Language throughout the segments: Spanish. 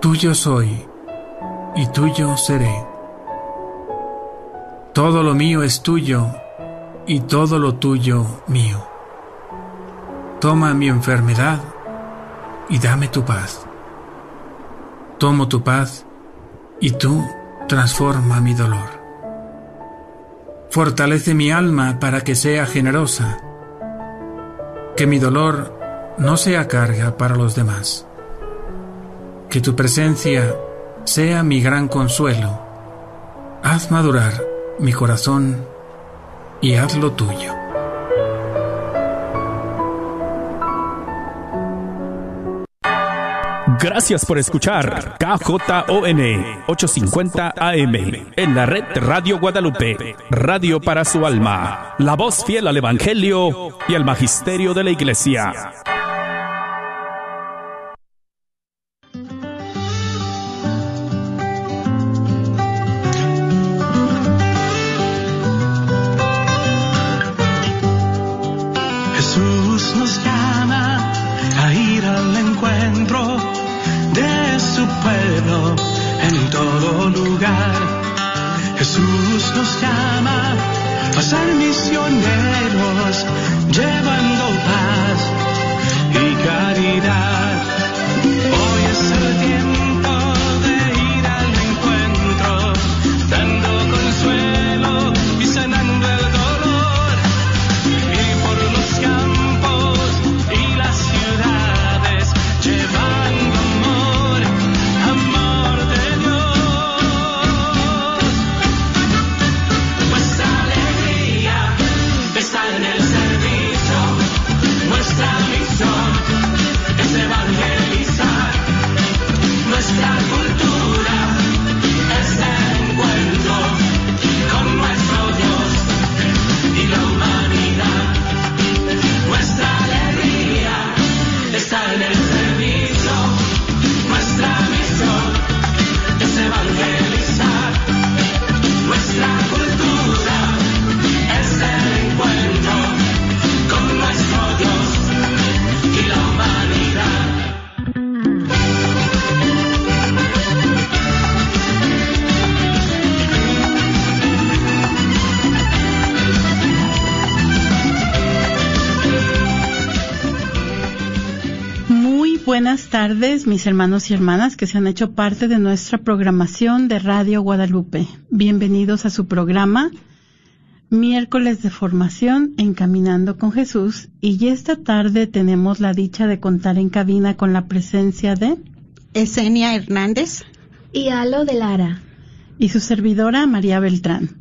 tuyo soy y tuyo seré. Todo lo mío es tuyo y todo lo tuyo mío. Toma mi enfermedad y dame tu paz. Tomo tu paz y tú transforma mi dolor. Fortalece mi alma para que sea generosa, que mi dolor no sea carga para los demás. Que tu presencia sea mi gran consuelo. Haz madurar mi corazón y haz lo tuyo. Gracias por escuchar KJON 850 AM en la red Radio Guadalupe, radio para su alma, la voz fiel al Evangelio y al Magisterio de la Iglesia. Jesús nos llama a ir al encuentro de su pueblo en todo lugar. Jesús nos llama a ser misioneros, llevando paz y caridad. Hoy es el tiempo de ir al encuentro, dando consuelo y sanando el dolor. Ir por los campos y las ciudades, llevando amor de Dios. Nuestra alegría está en el servicio, nuestra misión es evangelizar, nuestra cultura es el encuentro con nuestro Dios y la humanidad. Nuestra alegría está en el servicio, nuestra misión es evangelizar, nuestra cultura es el encuentro con nuestro Dios y la humanidad. Muy buenas tardes, mis hermanos y hermanas que se han hecho parte de nuestra programación de Radio Guadalupe. Bienvenidos a su programa Miércoles de Formación Encaminando con Jesús. Y esta tarde tenemos la dicha de contar en cabina con la presencia de Esenia Hernández y Alo de Lara y su servidora María Beltrán.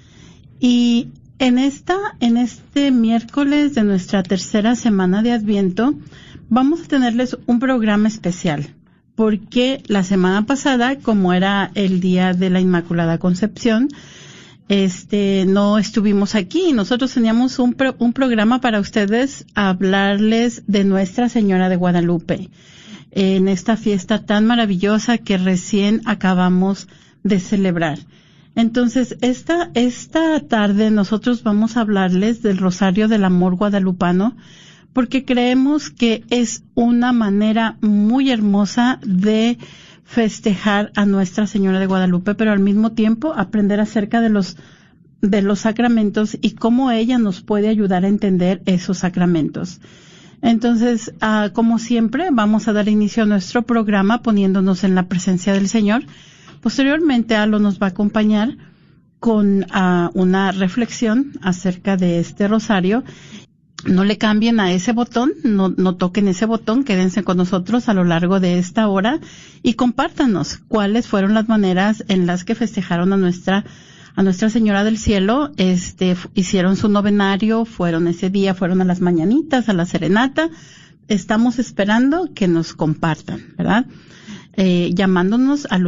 Y en este miércoles de nuestra tercera semana de Adviento vamos a tenerles un programa especial, porque la semana pasada, como era el día de la Inmaculada Concepción, no estuvimos aquí. Nosotros teníamos un programa para ustedes, hablarles de Nuestra Señora de Guadalupe, en esta fiesta tan maravillosa que recién acabamos de celebrar. Entonces, esta tarde nosotros vamos a hablarles del Rosario del Amor Guadalupano, porque creemos que es una manera muy hermosa de festejar a Nuestra Señora de Guadalupe, pero al mismo tiempo aprender acerca de los sacramentos y cómo ella nos puede ayudar a entender esos sacramentos. Entonces, como siempre, vamos a dar inicio a nuestro programa poniéndonos en la presencia del Señor. Posteriormente, Alo nos va a acompañar con una reflexión acerca de este rosario. No le cambien a ese botón, no toquen ese botón, quédense con nosotros a lo largo de esta hora y compártanos cuáles fueron las maneras en las que festejaron a Nuestra Señora del Cielo. Hicieron su novenario, fueron ese día, fueron a las mañanitas, a la serenata. Estamos esperando que nos compartan, ¿verdad? Llamándonos al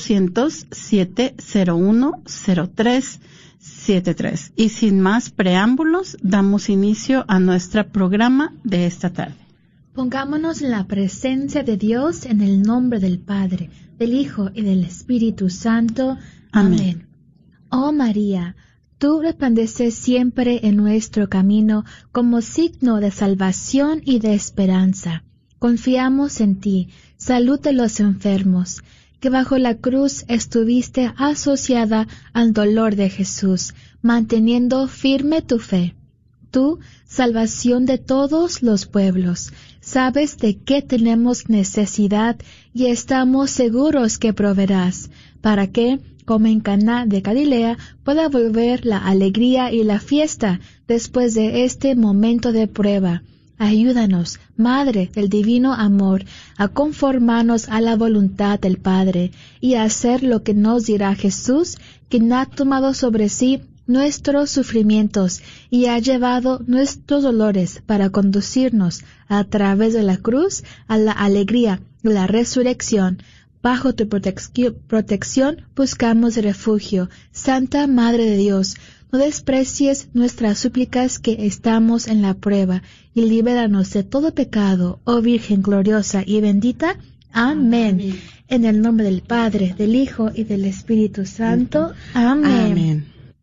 1-800-701-0373. Y sin más preámbulos, damos inicio a nuestro programa de esta tarde. Pongámonos en la presencia de Dios en el nombre del Padre, del Hijo y del Espíritu Santo. Amén. Oh María, tú resplandeces siempre en nuestro camino como signo de salvación y de esperanza. confiamos en ti, salud de los enfermos, que bajo la cruz estuviste asociada al dolor de Jesús, manteniendo firme tu fe. Tú, salvación de todos los pueblos, sabes de qué tenemos necesidad y estamos seguros que proveerás, para que, como en Caná de Galilea, pueda volver la alegría y la fiesta después de este momento de prueba. Ayúdanos, Madre del Divino Amor, a conformarnos a la voluntad del Padre y a hacer lo que nos dirá Jesús, quien ha tomado sobre sí nuestros sufrimientos y ha llevado nuestros dolores para conducirnos a través de la cruz a la alegría y la resurrección. Bajo tu protección buscamos refugio. Santa Madre de Dios, no desprecies nuestras súplicas que estamos en la prueba, y libéranos de todo pecado, oh Virgen gloriosa y bendita. Amén. Amén. En el nombre del Padre, del Hijo y del Espíritu Santo. Amén. Amén.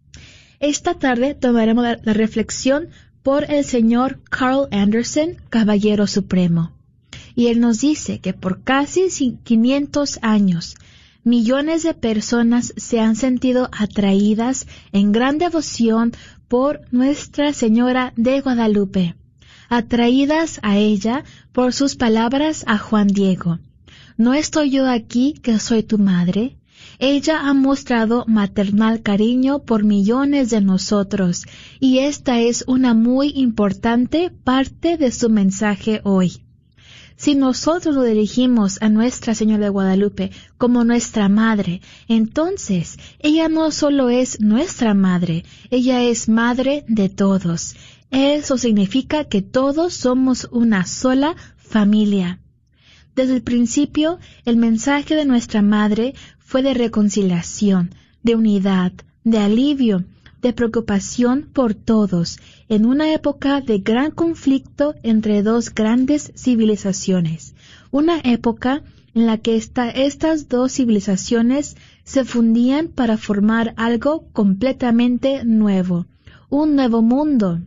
Esta tarde tomaremos la reflexión por el señor Carl Anderson, Caballero Supremo. Y él nos dice que por casi 500 años, millones de personas se han sentido atraídas en gran devoción por Nuestra Señora de Guadalupe, atraídas a ella por sus palabras a Juan Diego. ¿No estoy yo aquí que soy tu madre? Ella ha mostrado maternal cariño por millones de nosotros, y esta es una muy importante parte de su mensaje hoy. Si nosotros lo dirigimos a Nuestra Señora de Guadalupe como nuestra madre, entonces ella no solo es nuestra madre, ella es madre de todos. Eso significa que todos somos una sola familia. Desde el principio, el mensaje de nuestra madre fue de reconciliación, de unidad, de alivio, de preocupación por todos, en una época de gran conflicto entre dos grandes civilizaciones, una época en la que estas dos civilizaciones se fundían para formar algo completamente nuevo, un nuevo mundo.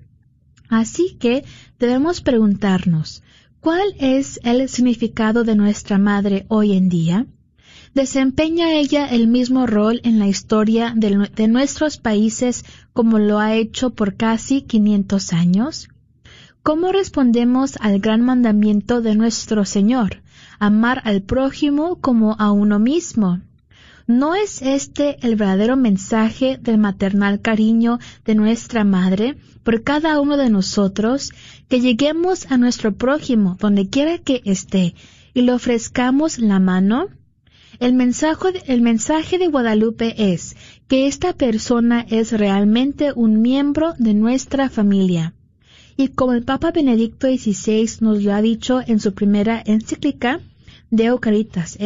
Así que debemos preguntarnos, ¿cuál es el significado de nuestra madre hoy en día? ¿Desempeña ella el mismo rol en la historia de nuestros países como lo ha hecho por casi 500 años? ¿Cómo respondemos al gran mandamiento de nuestro Señor, amar al prójimo como a uno mismo? ¿No es este el verdadero mensaje del maternal cariño de nuestra Madre por cada uno de nosotros, que lleguemos a nuestro prójimo donde quiera que esté y le ofrezcamos la mano? El mensaje de Guadalupe es que esta persona es realmente un miembro de nuestra familia. Y como el Papa Benedicto XVI nos lo ha dicho en su primera encíclica, Deo Caritas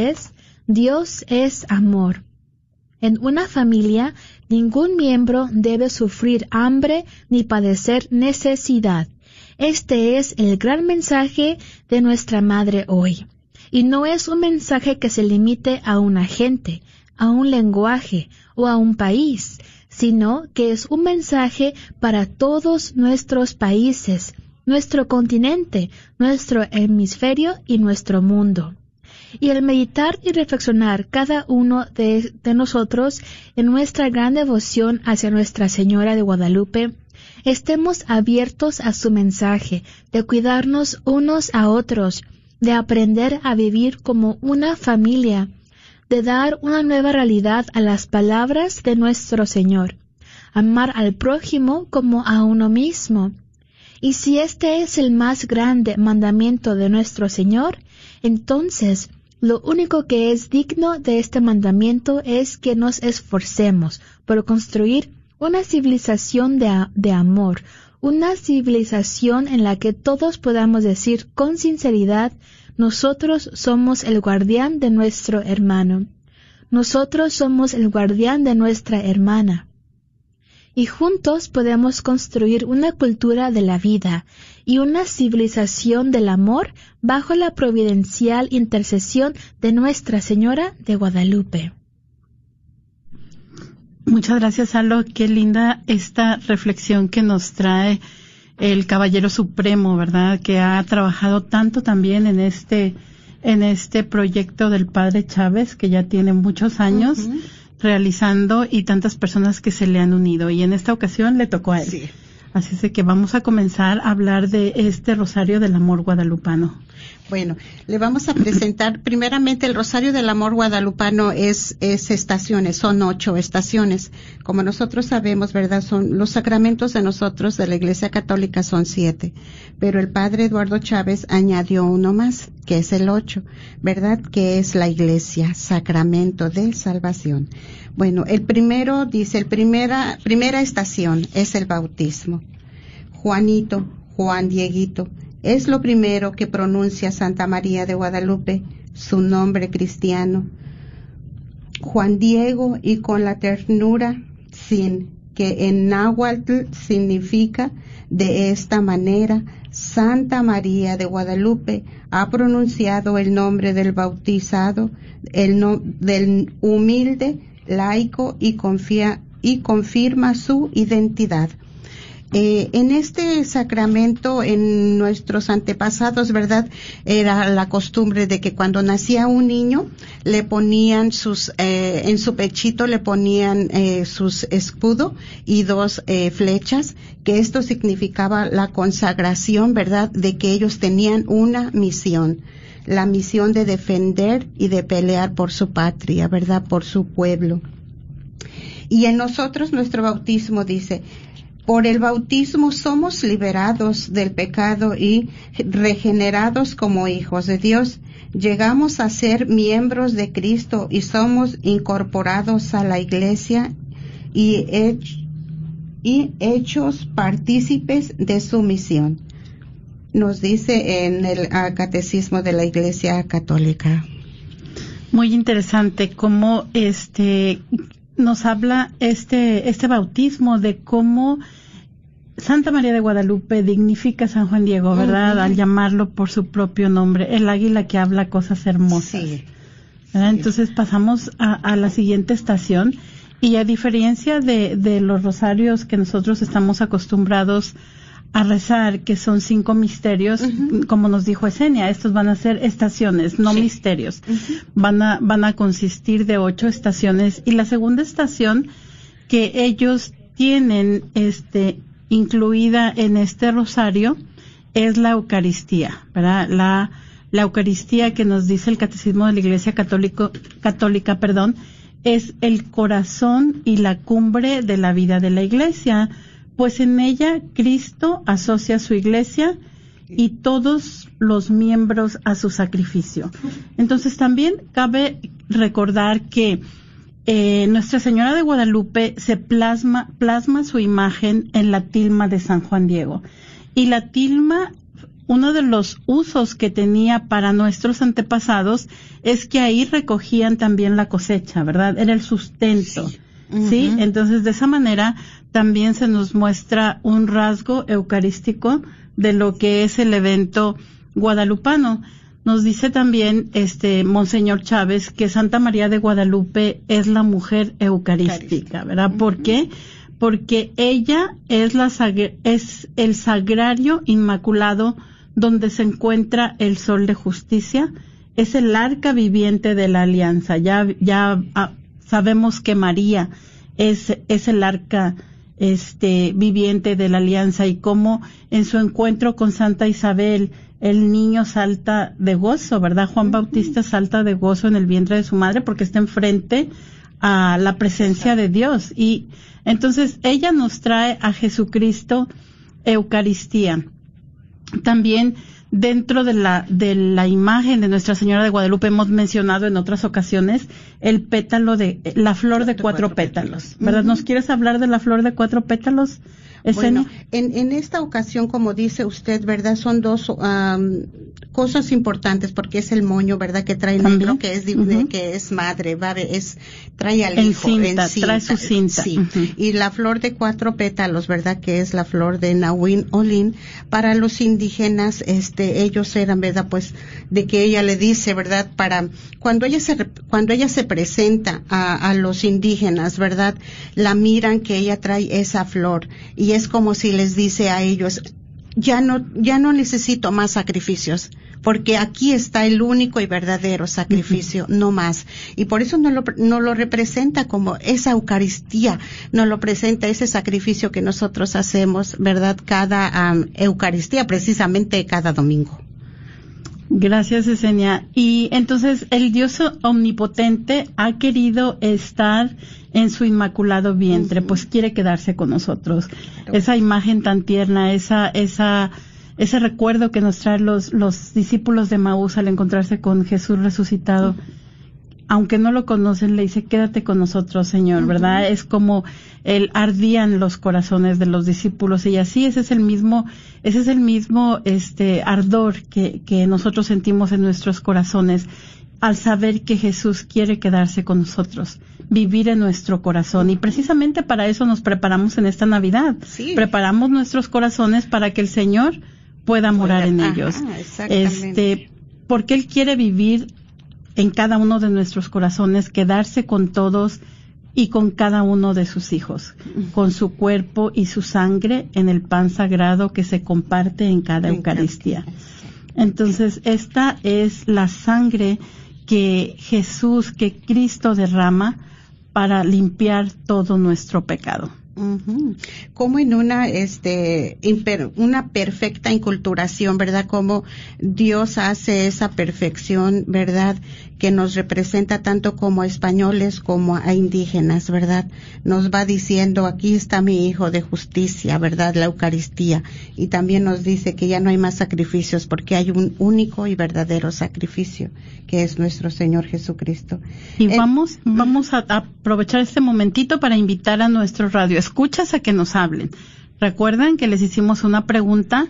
Dios es amor. En una familia, ningún miembro debe sufrir hambre ni padecer necesidad. Este es el gran mensaje de nuestra Madre hoy. Y no es un mensaje que se limite a una gente, a un lenguaje o a un país, sino que es un mensaje para todos nuestros países, nuestro continente, nuestro hemisferio y nuestro mundo. Y al meditar y reflexionar cada uno de nosotros en nuestra gran devoción hacia Nuestra Señora de Guadalupe, estemos abiertos a su mensaje de cuidarnos unos a otros, de aprender a vivir como una familia, de dar una nueva realidad a las palabras de nuestro Señor, amar al prójimo como a uno mismo. Y si este es el más grande mandamiento de nuestro Señor, entonces lo único que es digno de este mandamiento es que nos esforcemos por construir una civilización de amor, una civilización en la que todos podamos decir con sinceridad: nosotros somos el guardián de nuestro hermano, nosotros somos el guardián de nuestra hermana. Y juntos podemos construir una cultura de la vida y una civilización del amor bajo la providencial intercesión de Nuestra Señora de Guadalupe. Muchas gracias, Alo. Qué linda esta reflexión que nos trae el Caballero Supremo, ¿verdad? Que ha trabajado tanto también en este proyecto del Padre Chávez, que ya tiene muchos años realizando, y tantas personas que se le han unido. Y en esta ocasión le tocó a él. Sí. Así es de que vamos a comenzar a hablar de este Rosario del Amor Guadalupano. Bueno, le vamos a presentar primeramente el Rosario del Amor Guadalupano es estaciones, son 8 estaciones. Como nosotros sabemos, ¿verdad? Son los sacramentos de nosotros de la Iglesia Católica son 7, pero el Padre Eduardo Chávez añadió uno más, que es el 8, ¿verdad? Que es la Iglesia, sacramento de salvación. Bueno, el primero dice, primera estación es el bautismo. Juanito, Juan Dieguito, es lo primero que pronuncia Santa María de Guadalupe, su nombre cristiano. Juan Diego, y con la ternura sin, que en náhuatl significa de esta manera, Santa María de Guadalupe ha pronunciado el nombre del bautizado, del humilde laico, y confirma su identidad. En este sacramento, en nuestros antepasados, ¿verdad? Era la costumbre de que cuando nacía un niño, le ponían en su pechito le ponían sus escudo y 2 flechas, que esto significaba la consagración, ¿verdad? De que ellos tenían una misión, la misión de defender y de pelear por su patria, ¿verdad? Por su pueblo. Y en nosotros, nuestro bautismo dice, por el bautismo somos liberados del pecado y regenerados como hijos de Dios. Llegamos a ser miembros de Cristo y somos incorporados a la Iglesia y hechos partícipes de su misión. Nos dice en el Catecismo de la Iglesia Católica. Muy interesante cómo nos habla este bautismo de cómo Santa María de Guadalupe dignifica a San Juan Diego, ¿verdad? Al llamarlo por su propio nombre, el águila que habla cosas hermosas. Sí. Entonces pasamos a la siguiente estación, y a diferencia de los rosarios que nosotros estamos acostumbrados a rezar, que son 5 misterios, como nos dijo Esenia, estos van a ser estaciones, no misterios. Van a consistir de 8 estaciones, y la segunda estación que ellos tienen incluida en este rosario es la Eucaristía, ¿verdad? La Eucaristía, que nos dice el Catecismo de la Iglesia Católica, es el corazón y la cumbre de la vida de la Iglesia, pues en ella Cristo asocia a su Iglesia y todos los miembros a su sacrificio. Entonces también cabe recordar que Nuestra Señora de Guadalupe se plasma su imagen en la tilma de San Juan Diego. Y la tilma, uno de los usos que tenía para nuestros antepasados es que ahí recogían también la cosecha, ¿verdad? Era el sustento. ¿Sí? Entonces, de esa manera también se nos muestra un rasgo eucarístico de lo que es el evento guadalupano. Nos dice también Monseñor Chávez que Santa María de Guadalupe es la mujer eucarística, ¿verdad? ¿Por qué? Porque ella es el sagrario inmaculado donde se encuentra el sol de justicia, es el arca viviente de la alianza. Ya sabemos que María es el arca viviente de la alianza, y cómo en su encuentro con Santa Isabel el niño salta de gozo, ¿verdad? Juan Bautista salta de gozo en el vientre de su madre porque está enfrente a la presencia de Dios. Y entonces ella nos trae a Jesucristo Eucaristía. También dentro de la imagen de Nuestra Señora de Guadalupe hemos mencionado en otras ocasiones el pétalo la flor de 4 pétalos, ¿verdad? ¿Nos quieres hablar de la flor de 4 pétalos, Esenia? Bueno, en esta ocasión, como dice usted, ¿verdad? Son 2 cosas importantes, porque es el moño, ¿verdad? Que trae el niño, que es madre, trae al hijo. Trae su cinta. Sí. Y la flor de 4 pétalos, ¿verdad? Que es la flor de Nahuín Olín. Para los indígenas, ellos eran, ¿verdad? Pues, de que ella le dice, ¿verdad? Cuando ella se presenta a los indígenas, ¿verdad? La miran que ella trae esa flor, y es como si les dice a ellos, ya no necesito más sacrificios, porque aquí está el único y verdadero sacrificio, no más. Y por eso no lo representa como esa Eucaristía, no lo presenta ese sacrificio que nosotros hacemos, ¿verdad? Cada Eucaristía, precisamente cada domingo. Gracias, Esenia. Y entonces el Dios omnipotente ha querido estar en su inmaculado vientre, pues quiere quedarse con nosotros. Claro. Esa imagen tan tierna, ese recuerdo que nos traen los discípulos de Maús al encontrarse con Jesús resucitado, aunque no lo conocen, le dice, quédate con nosotros, Señor, ¿verdad? Es como ardían los corazones de los discípulos, y así ese es el mismo ardor que nosotros sentimos en nuestros corazones al saber que Jesús quiere quedarse con nosotros, vivir en nuestro corazón. Y precisamente para eso nos preparamos en esta Navidad. Sí. Preparamos nuestros corazones para que el Señor pueda morar en ellos. Exactamente. Porque Él quiere vivir en cada uno de nuestros corazones, quedarse con todos y con cada uno de sus hijos, con su cuerpo y su sangre en el pan sagrado que se comparte en cada Eucaristía. Entonces, esta es la sangre que Cristo derrama para limpiar todo nuestro pecado. Como en una perfecta inculturación, ¿verdad? Como Dios hace esa perfección, ¿verdad? Que nos representa tanto como a españoles como a indígenas, ¿verdad? Nos va diciendo, aquí está mi Hijo de justicia, ¿verdad? La Eucaristía. Y también nos dice que ya no hay más sacrificios porque hay un único y verdadero sacrificio, que es nuestro Señor Jesucristo. Y vamos a aprovechar este momentito para invitar a nuestro radio escuchas a que nos hablen. Recuerdan que les hicimos una pregunta: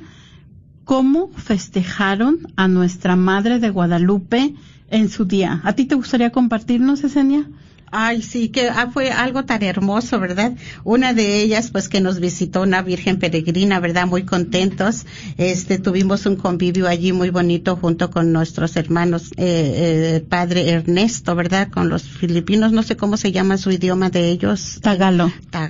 ¿cómo festejaron a nuestra Madre de Guadalupe en su día? ¿A ti te gustaría compartirnos, Esenia? Ay, sí, que fue algo tan hermoso, ¿verdad? Una de ellas, pues, que nos visitó una Virgen peregrina, ¿verdad? Muy contentos. Tuvimos un convivio allí muy bonito junto con nuestros hermanos, padre Ernesto, ¿verdad? Con los filipinos, no sé cómo se llama su idioma de ellos. Tagalo,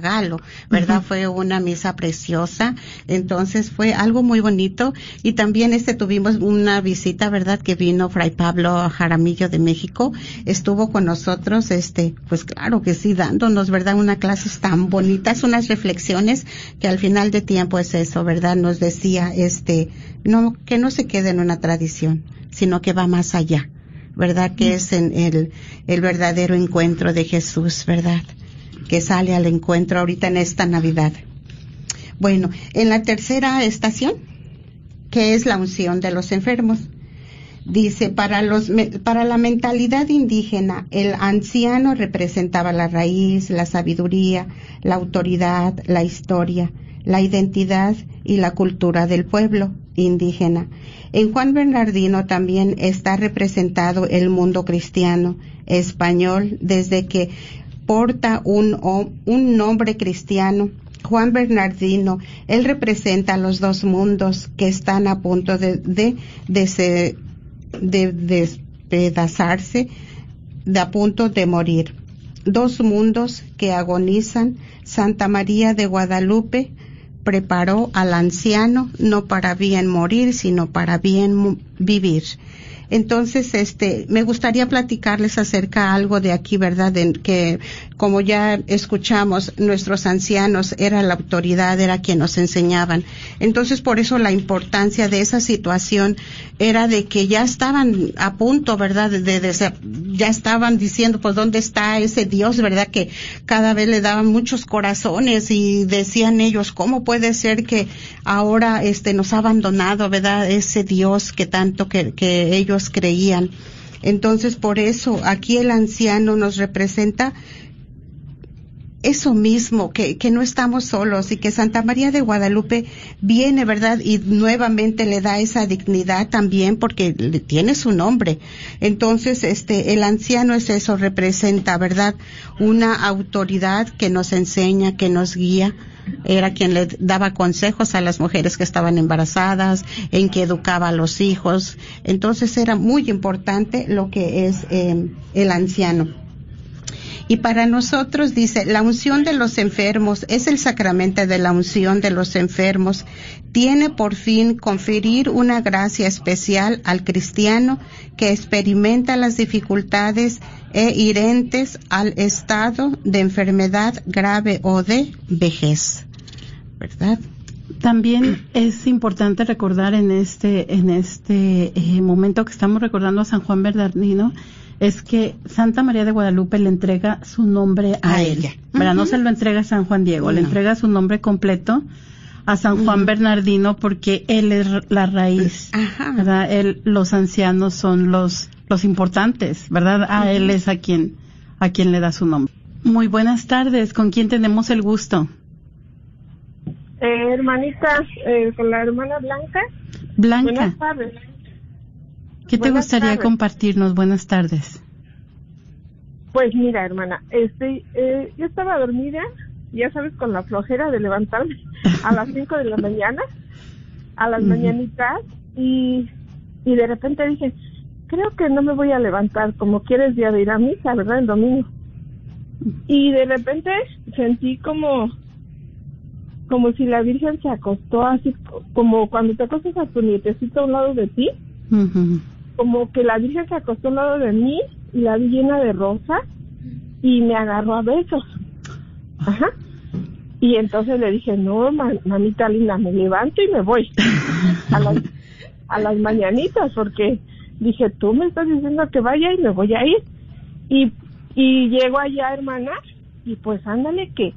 ¿verdad? Fue una misa preciosa. Entonces fue algo muy bonito. Y también tuvimos una visita, ¿verdad? Que vino Fray Pablo Jaramillo de México. Estuvo con nosotros, pues claro que sí, dándonos, ¿verdad? Unas clases tan bonitas, unas reflexiones que al final de tiempo es eso, ¿verdad? Nos decía, no, que no se quede en una tradición, sino que va más allá, ¿verdad? Que es en el verdadero encuentro de Jesús, ¿verdad? Que sale al encuentro ahorita en esta Navidad. Bueno, en la tercera estación, que es la unción de los enfermos. Dice, para la mentalidad indígena, el anciano representaba la raíz, la sabiduría, la autoridad, la historia, la identidad y la cultura del pueblo indígena. En Juan Bernardino también está representado el mundo cristiano español, desde que porta un nombre cristiano. Juan Bernardino, él representa los dos mundos que están a punto de despedazarse, a punto de morir. Dos mundos que agonizan. Santa María de Guadalupe preparó al anciano no para bien morir, sino para bien vivir. Entonces, me gustaría platicarles acerca algo de aquí, ¿verdad? Que, como ya escuchamos, nuestros ancianos era la autoridad, era quien nos enseñaban. Entonces, por eso la importancia de esa situación era de que ya estaban a punto, ¿verdad? Ya estaban diciendo, pues, ¿dónde está ese Dios, verdad? Que cada vez le daban muchos corazones y decían ellos, ¿cómo puede ser que ahora, nos ha abandonado, ¿verdad? Ese Dios que tanto que ellos creían. Entonces, por eso aquí el anciano nos representa eso mismo, que no estamos solos y que Santa María de Guadalupe viene, ¿verdad? Y nuevamente le da esa dignidad también porque tiene su nombre. Entonces, el anciano es eso, representa, ¿verdad? Una autoridad que nos enseña, que nos guía. Era quien le daba consejos a las mujeres que estaban embarazadas, en que educaba a los hijos. Entonces era muy importante lo que es el anciano. Y para nosotros, dice, la unción de los enfermos es el sacramento de la unción de los enfermos. Tiene por fin conferir una gracia especial al cristiano que experimenta las dificultades inherentes al estado de enfermedad grave o de vejez, ¿verdad? También es importante recordar en este momento que estamos recordando a San Juan Bernardino, es que Santa María de Guadalupe le entrega su nombre a él, ¿verdad? No se lo entrega a San Juan Diego, le entrega su nombre completo a San Juan Bernardino, porque él es la raíz, ¿verdad? Los ancianos son los importantes, ¿verdad? A él es a quien le da su nombre. Muy buenas tardes, ¿con quién tenemos el gusto? Hermanita, con la hermana Blanca. Blanca. Buenas tardes. ¿Qué te gustaría compartirnos? Buenas tardes. Pues mira, hermana, yo estaba dormida, ya sabes, con la flojera de levantarme a las 5 de la mañana, a las mañanitas, y de repente dije, creo que no me voy a levantar, como quieres día de ir a misa, ¿verdad? El domingo. Y de repente sentí como si la Virgen se acostó, así como cuando te acostas a tu nietecito a un lado de ti, como que la Virgen se acostó a un lado de mí y la vi llena de rosas y me agarró a besos. Y entonces le dije, no, mamita linda, me levanto y me voy a las mañanitas, porque dije, tú me estás diciendo que vaya y me voy a ir. Y llego allá, hermana, y pues ándale que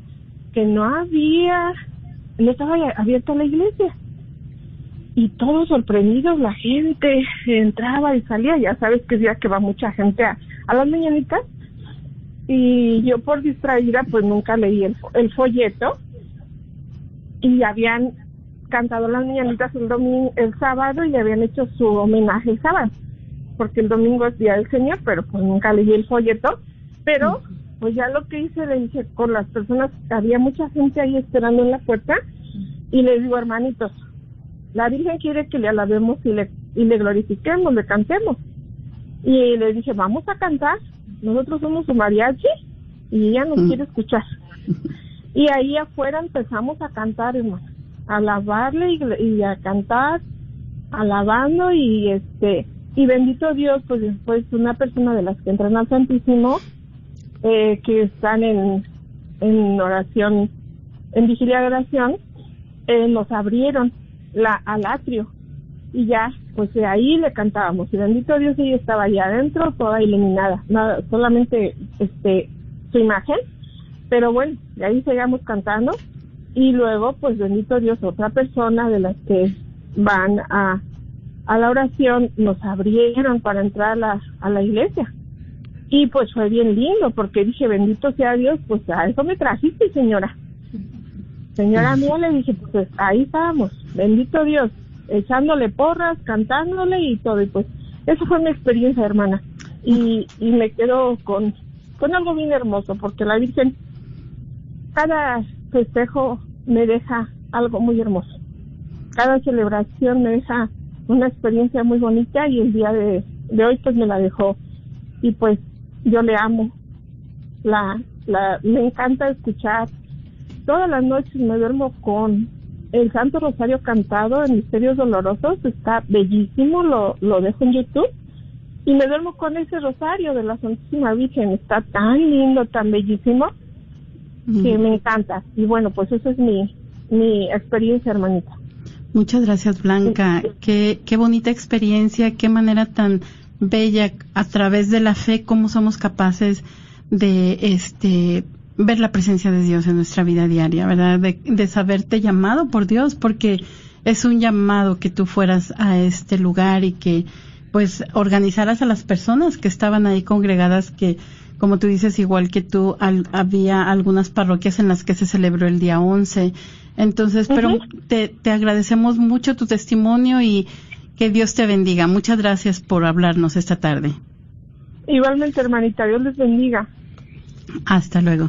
no estaba abierta la iglesia. Y todos sorprendidos, la gente entraba y salía, ya sabes que es día que va mucha gente a las mañanitas, y yo por distraída pues nunca leí el folleto, y habían cantado las mañanitas el sábado, y le habían hecho su homenaje el sábado, porque el domingo es día del Señor, pero pues nunca leí el folleto. Pero pues ya lo que hice, le dije con las personas, había mucha gente ahí esperando en la puerta, y les digo, hermanitos, la Virgen quiere que le alabemos y le glorifiquemos, le cantemos. Y le dije, vamos a cantar, nosotros somos su mariachi y ella nos quiere escuchar. Y ahí afuera empezamos a cantar, hermano, a alabarle y a cantar, alabando, y bendito Dios, pues después una persona de las que entran al Santísimo, que están en oración, en vigilia de oración, nos abrieron al atrio, y ya pues de ahí le cantábamos, y bendito Dios, ella estaba allá adentro toda iluminada, nada, solamente su imagen, pero bueno, de ahí seguíamos cantando. Y luego pues bendito Dios, otra persona de las que van a la oración nos abrieron para entrar a la iglesia, y pues fue bien lindo, porque dije, bendito sea Dios, pues a eso me trajiste, señora mía, le dije, pues ahí estábamos, bendito Dios, echándole porras, cantándole y todo. Y pues eso fue mi experiencia, hermana, y me quedo con algo bien hermoso, porque la Virgen, cada festejo me deja algo muy hermoso, cada celebración me deja una experiencia muy bonita, y el día de hoy pues me la dejó. Y pues yo le amo, me encanta escuchar. Todas las noches me duermo con el Santo Rosario cantado en Misterios Dolorosos, está bellísimo, lo dejo en YouTube, y me duermo con ese rosario de la Santísima Virgen, está tan lindo, tan bellísimo, que me encanta. Y bueno, pues esa es mi experiencia, hermanita. Muchas gracias, Blanca. Qué bonita experiencia, qué manera tan bella, a través de la fe, cómo somos capaces de ver la presencia de Dios en nuestra vida diaria, ¿verdad? De saberte llamado por Dios, porque es un llamado que tú fueras a este lugar y que pues organizaras a las personas que estaban ahí congregadas, que como tú dices, igual que tú, había algunas parroquias en las que se celebró el día 11. Entonces, pero te agradecemos mucho tu testimonio y que Dios te bendiga. Muchas gracias por hablarnos esta tarde. Igualmente, hermanita, Dios les bendiga. Hasta luego.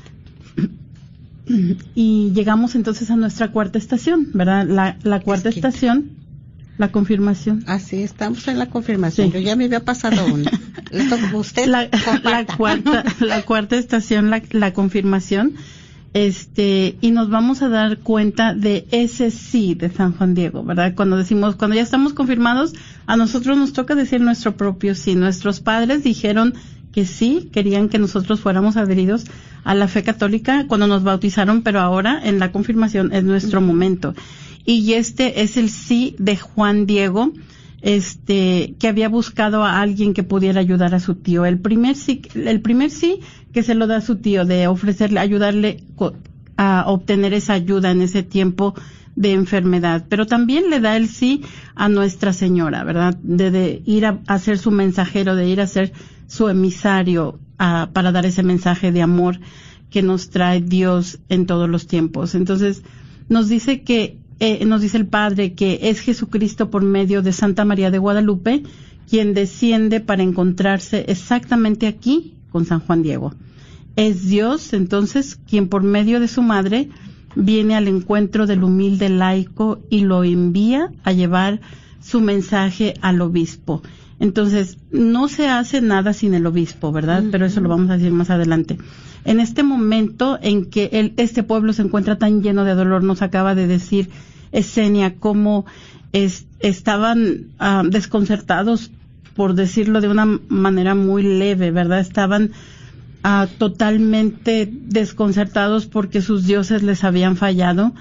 Y llegamos entonces a nuestra cuarta estación, ¿verdad? La cuarta estación, la confirmación. Así, estamos en la confirmación. Sí. Yo ya me había pasado una. Usted la cuarta estación, la confirmación, y nos vamos a dar cuenta de ese sí de San Juan Diego, ¿verdad? Cuando ya estamos confirmados, a nosotros nos toca decir nuestro propio sí. Nuestros padres dijeron que sí, querían que nosotros fuéramos adheridos a la fe católica cuando nos bautizaron, pero ahora en la confirmación es nuestro momento. Y este es el sí de Juan Diego, que había buscado a alguien que pudiera ayudar a su tío. El primer sí que se lo da a su tío, de ayudarle a obtener esa ayuda en ese tiempo de enfermedad. Pero también le da el sí a Nuestra Señora, ¿verdad? De ir a ser su mensajero, de ir a ser su emisario para dar ese mensaje de amor que nos trae Dios en todos los tiempos. Entonces, nos dice el Padre que es Jesucristo por medio de Santa María de Guadalupe quien desciende para encontrarse exactamente aquí con San Juan Diego. Es Dios, entonces, quien por medio de su madre viene al encuentro del humilde laico y lo envía a llevar su mensaje al obispo. Entonces, no se hace nada sin el obispo, ¿verdad? Pero eso lo vamos a decir más adelante. En este momento en que este pueblo se encuentra tan lleno de dolor, nos acaba de decir Esenia cómo estaban desconcertados, por decirlo de una manera muy leve, ¿verdad? Estaban totalmente desconcertados porque sus dioses les habían fallado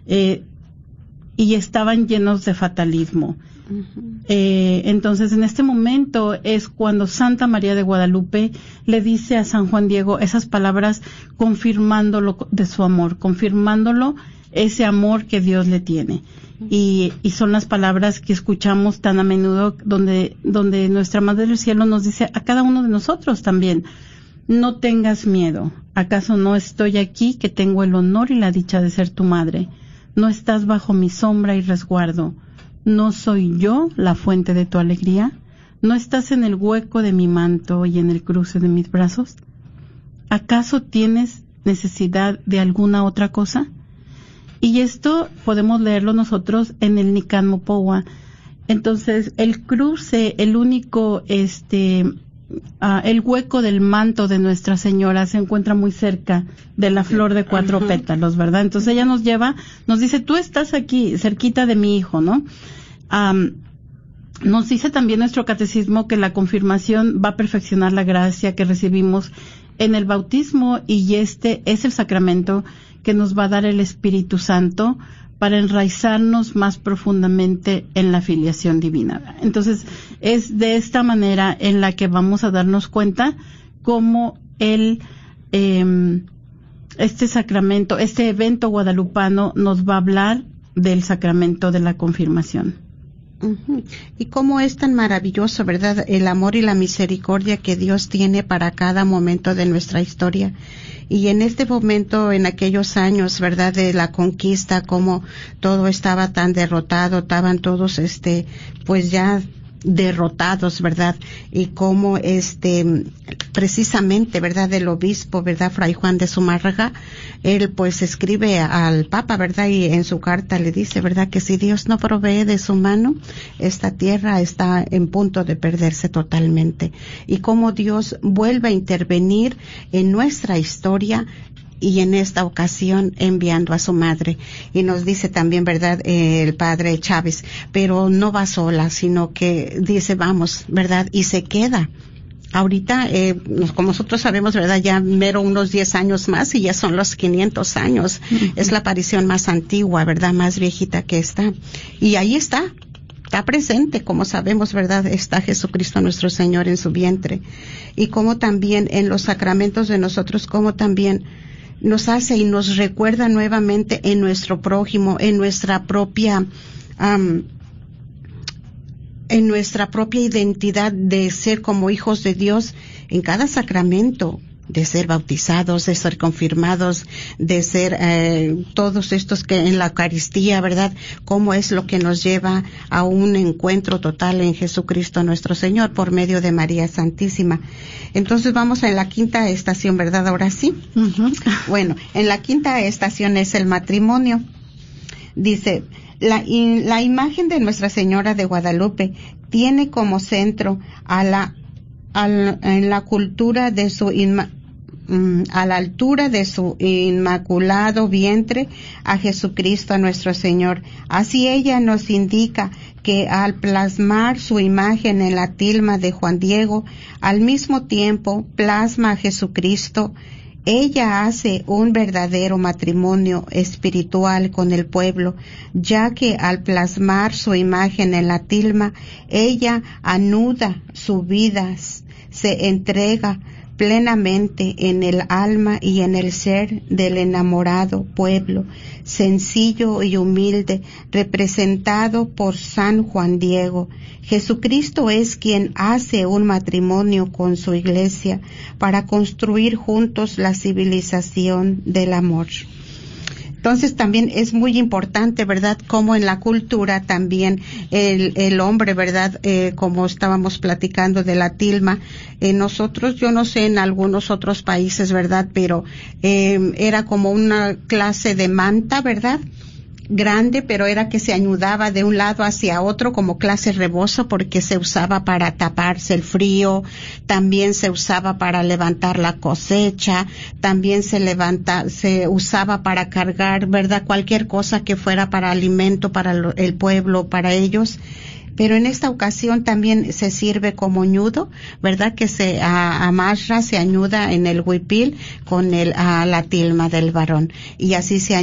y estaban llenos de fatalismo. Entonces, en este momento es cuando Santa María de Guadalupe le dice a San Juan Diego esas palabras, confirmándolo de su amor, confirmándolo ese amor que Dios le tiene. Y son las palabras que escuchamos tan a menudo, donde nuestra Madre del Cielo nos dice a cada uno de nosotros también: no tengas miedo, ¿acaso no estoy aquí, que tengo el honor y la dicha de ser tu madre? ¿No estás bajo mi sombra y resguardo? ¿No soy yo la fuente de tu alegría? ¿No estás en el hueco de mi manto y en el cruce de mis brazos? ¿Acaso tienes necesidad de alguna otra cosa? Y esto podemos leerlo nosotros en el Nican Mopowa. Entonces, el cruce, el único, el hueco del manto de Nuestra Señora se encuentra muy cerca de la flor de 4 pétalos, ¿verdad? Entonces ella nos dice, tú estás aquí, cerquita de mi hijo, ¿no? Nos dice también nuestro catecismo que la confirmación va a perfeccionar la gracia que recibimos en el bautismo, y este es el sacramento que nos va a dar el Espíritu Santo para enraizarnos más profundamente en la filiación divina. Entonces, es de esta manera en la que vamos a darnos cuenta cómo este sacramento, este evento guadalupano nos va a hablar del sacramento de la confirmación. Y cómo es tan maravilloso, ¿verdad?, el amor y la misericordia que Dios tiene para cada momento de nuestra historia. Y en este momento, en aquellos años, ¿verdad?, de la conquista, como todo estaba tan derrotado, estaban todos, pues ya derrotados, ¿verdad? Y como precisamente, ¿verdad?, el obispo, ¿verdad?, Fray Juan de Zumárraga, él pues escribe al Papa, ¿verdad?, y en su carta le dice, ¿verdad?, que si Dios no provee de su mano, esta tierra está en punto de perderse totalmente. Y cómo Dios vuelve a intervenir en nuestra historia, y en esta ocasión enviando a su madre. Y nos dice también, ¿verdad?, el padre Chávez, pero no va sola, sino que dice, vamos, ¿verdad?, y se queda. Ahorita, como nosotros sabemos, ¿verdad?, ya mero unos 10 años más y ya son los 500 años. Es la aparición más antigua, ¿verdad?, más viejita que está. Y ahí está presente, como sabemos, ¿verdad?, está Jesucristo nuestro Señor en su vientre. Y como también en los sacramentos de nosotros, como también nos hace y nos recuerda nuevamente en nuestro prójimo, en nuestra propia identidad de ser como hijos de Dios en cada sacramento, de ser bautizados, de ser confirmados, de ser todos estos que en la Eucaristía, ¿verdad?, cómo es lo que nos lleva a un encuentro total en Jesucristo nuestro Señor por medio de María Santísima. Entonces vamos a la quinta estación, ¿verdad? Ahora sí. Bueno, en la quinta estación es el matrimonio. Dice, la imagen de Nuestra Señora de Guadalupe tiene como centro a la en la cultura de su a la altura de su inmaculado vientre a Jesucristo nuestro Señor. Así ella nos indica que al plasmar su imagen en la tilma de Juan Diego, al mismo tiempo plasma a Jesucristo. Ella hace un verdadero matrimonio espiritual con el pueblo, ya que al plasmar su imagen en la tilma, ella anuda su vida, se entrega plenamente en el alma y en el ser del enamorado pueblo, sencillo y humilde, representado por San Juan Diego. Jesucristo es quien hace un matrimonio con su iglesia para construir juntos la civilización del amor. Entonces también es muy importante, ¿verdad?, como en la cultura también el hombre, ¿verdad?, como estábamos platicando de la tilma, nosotros, yo no sé en algunos otros países, ¿verdad?, pero era como una clase de manta, ¿verdad?, grande, pero era que se anudaba de un lado hacia otro como clase rebozo, porque se usaba para taparse el frío, también se usaba para levantar la cosecha, también se usaba para cargar, ¿verdad?, cualquier cosa que fuera para alimento para el pueblo, para ellos. Pero en esta ocasión también se sirve como ñudo, ¿verdad?, que se amarra, se añuda en el huipil con la tilma del varón. Y así se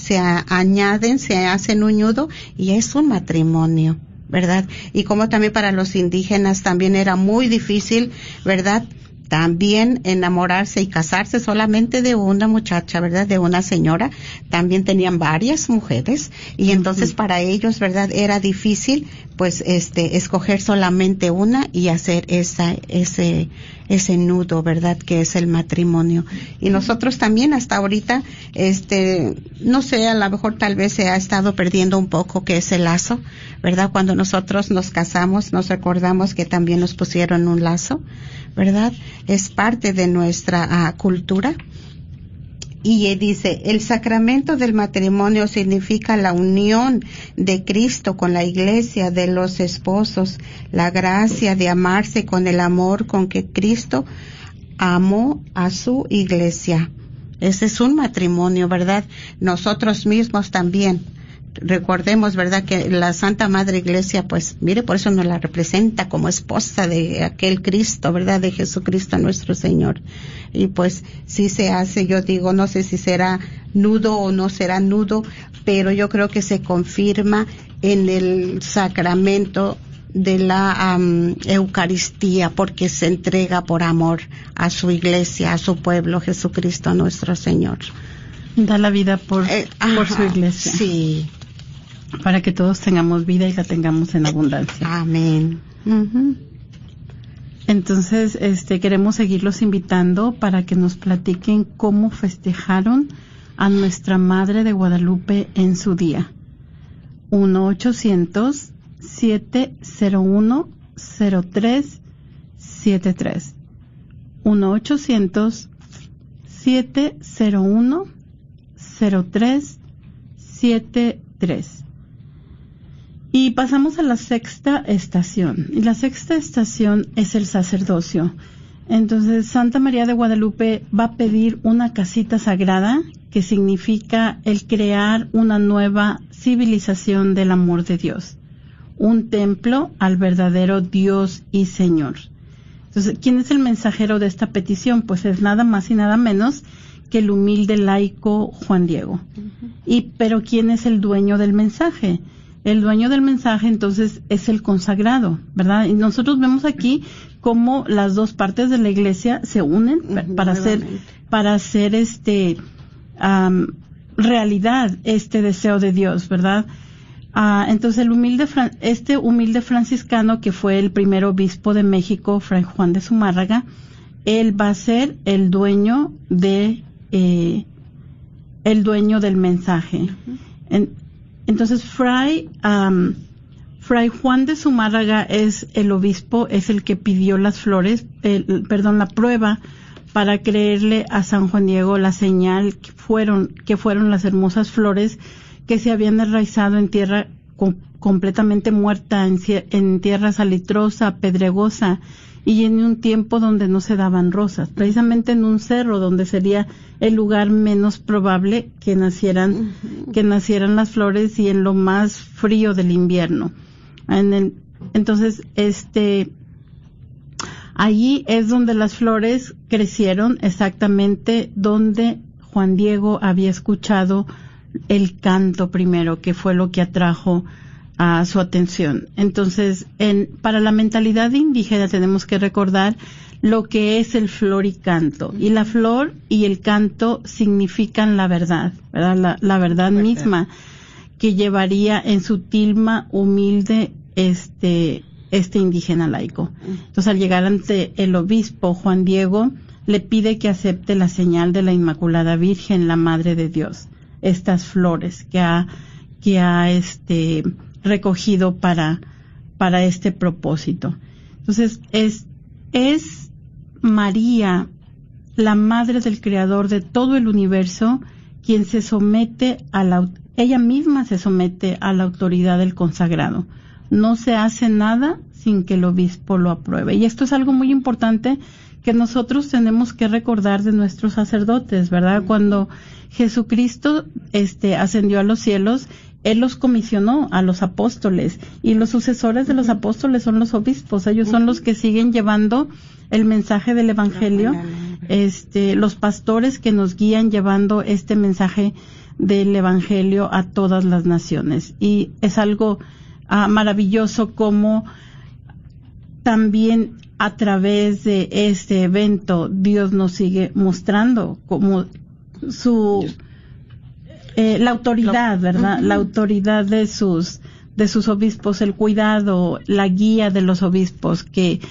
hacen un ñudo y es un matrimonio, ¿verdad? Y como también para los indígenas también era muy difícil, ¿verdad?, también enamorarse y casarse solamente de una muchacha, ¿verdad?, de una señora. También tenían varias mujeres y entonces para ellos, ¿verdad?, era difícil pues escoger solamente una y hacer ese nudo, ¿verdad?, que es el matrimonio. Y nosotros también hasta ahorita, no sé, a lo mejor tal vez se ha estado perdiendo un poco que es el lazo, ¿verdad? Cuando nosotros nos casamos, nos recordamos que también nos pusieron un lazo, ¿verdad? Es parte de nuestra cultura. Y dice, el sacramento del matrimonio significa la unión de Cristo con la iglesia de los esposos, la gracia de amarse con el amor con que Cristo amó a su iglesia. Ese es un matrimonio, ¿verdad? Nosotros mismos también. Recordemos, ¿verdad?, que la Santa Madre Iglesia, pues, mire, por eso nos la representa como esposa de aquel Cristo, ¿verdad?, de Jesucristo nuestro Señor. Y pues, sí se hace, yo digo, no sé si será nudo o no será nudo, pero yo creo que se confirma en el sacramento de la Eucaristía, porque se entrega por amor a su iglesia, a su pueblo, Jesucristo nuestro Señor. Da la vida por su iglesia. Sí. Para que todos tengamos vida y la tengamos en abundancia. Amén. Uh-huh. Entonces, queremos seguirlos invitando para que nos platiquen cómo festejaron a nuestra Madre de Guadalupe en su día. 1-800-701-0373. 1-800-701-0373. Y pasamos a la sexta estación. Y la sexta estación es el sacerdocio. Entonces, Santa María de Guadalupe va a pedir una casita sagrada, que significa el crear una nueva civilización del amor de Dios. Un templo al verdadero Dios y Señor. Entonces, ¿quién es el mensajero de esta petición? Pues es nada más y nada menos que el humilde laico Juan Diego. Uh-huh. Pero ¿quién es el dueño del mensaje? El dueño del mensaje, entonces, es el consagrado, ¿verdad? Y nosotros vemos aquí cómo las dos partes de la iglesia se unen para hacer realidad este deseo de Dios, ¿verdad? Entonces este humilde franciscano, que fue el primer obispo de México, Fray Juan de Zumárraga, él va a ser el dueño del mensaje. Uh-huh. Entonces, Fray Juan de Zumárraga es el obispo, es el que pidió la prueba para creerle a San Juan Diego la señal que fueron las hermosas flores que se habían enraizado en tierra completamente muerta, en tierra salitrosa, pedregosa, y en un tiempo donde no se daban rosas, precisamente en un cerro donde sería el lugar menos probable que nacieran las flores, y en lo más frío del invierno. Entonces, allí es donde las flores crecieron, exactamente donde Juan Diego había escuchado el canto primero, que fue lo que atrajo a su atención. Entonces, para la mentalidad indígena tenemos que recordar lo que es el floricanto. Y la flor y el canto significan la verdad, ¿verdad? La verdad misma que llevaría en su tilma humilde este indígena laico. Entonces, al llegar ante el obispo, Juan Diego le pide que acepte la señal de la Inmaculada Virgen, la Madre de Dios, estas flores que ha recogido para este propósito. Entonces, es María, la Madre del Creador de todo el universo, quien se somete ella misma se somete a la autoridad del consagrado. No se hace nada sin que el obispo lo apruebe. Y esto es algo muy importante que nosotros tenemos que recordar de nuestros sacerdotes, ¿verdad? Cuando Jesucristo ascendió a los cielos, Él los comisionó a los apóstoles, y los sucesores de los apóstoles son los obispos. Ellos son los que siguen llevando el mensaje del Evangelio, los pastores que nos guían llevando este mensaje del Evangelio a todas las naciones. Y es algo maravilloso como también a través de este evento Dios nos sigue mostrando como la autoridad, ¿verdad? La autoridad de sus obispos, el cuidado, la guía de los obispos, que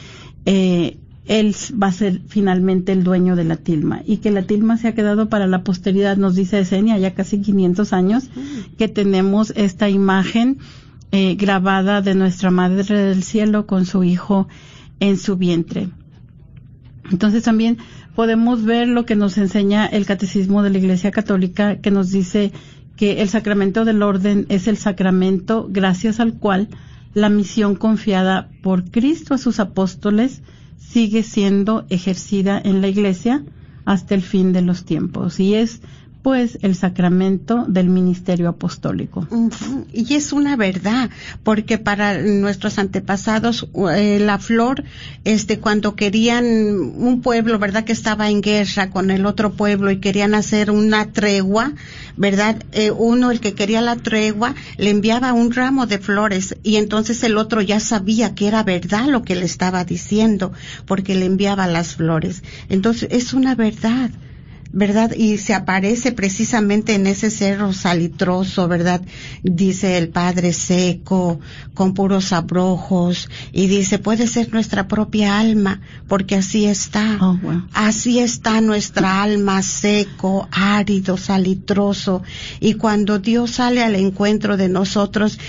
él va a ser finalmente el dueño de la tilma, y que la tilma se ha quedado para la posteridad. Nos dice Esenia, ya casi 500 años que tenemos esta imagen grabada de nuestra Madre del Cielo con su Hijo en su vientre. Entonces también podemos ver lo que nos enseña el Catecismo de la Iglesia Católica, que nos dice que el sacramento del orden es el sacramento gracias al cual la misión confiada por Cristo a sus apóstoles sigue siendo ejercida en la Iglesia hasta el fin de los tiempos, y es pues el sacramento del ministerio apostólico. Y es una verdad, porque para nuestros antepasados la flor, cuando querían un pueblo, verdad, que estaba en guerra con el otro pueblo y querían hacer una tregua, verdad, el que quería la tregua le enviaba un ramo de flores, y entonces el otro ya sabía que era verdad lo que le estaba diciendo, porque le enviaba las flores. Entonces es una verdad, ¿verdad? Y se aparece precisamente en ese cerro salitroso, ¿verdad? Dice el Padre seco, con puros abrojos, y dice, puede ser nuestra propia alma, porque así está. Así está nuestra alma, seco, árido, salitroso. Y cuando Dios sale al encuentro de nosotros,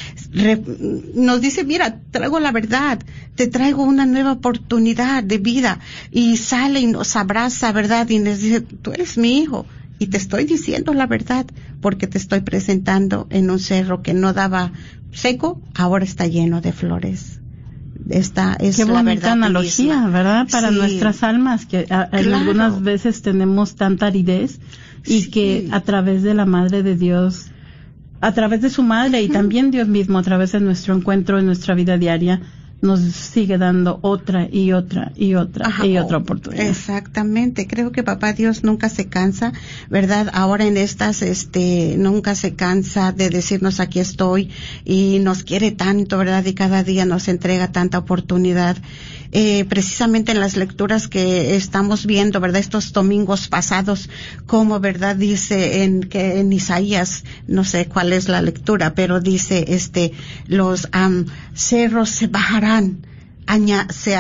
nos dice, mira, traigo la verdad, te traigo una nueva oportunidad de vida, y sale y nos abraza, ¿verdad? Y nos dice, tú eres mi hijo, y te estoy diciendo la verdad, porque te estoy presentando en un cerro que no daba seco, ahora está lleno de flores. Esta es Qué la bonita verdad analogía, misma, ¿verdad? Para nuestras almas, que algunas veces tenemos tanta aridez, y que a través de la Madre de Dios, a través de su Madre, y también Dios mismo, a través de nuestro encuentro en nuestra vida diaria, nos sigue dando otra y otra y otra y otra oportunidad. Exactamente, creo que Papá Dios nunca se cansa, ¿verdad? Ahora en estas, nunca se cansa de decirnos aquí estoy, y nos quiere tanto, ¿verdad? Y cada día nos entrega tanta oportunidad. Precisamente en las lecturas que estamos viendo, ¿verdad? Estos domingos pasados, como, ¿verdad? Dice en Isaías, no sé cuál es la lectura, pero dice, los cerros se bajarán, se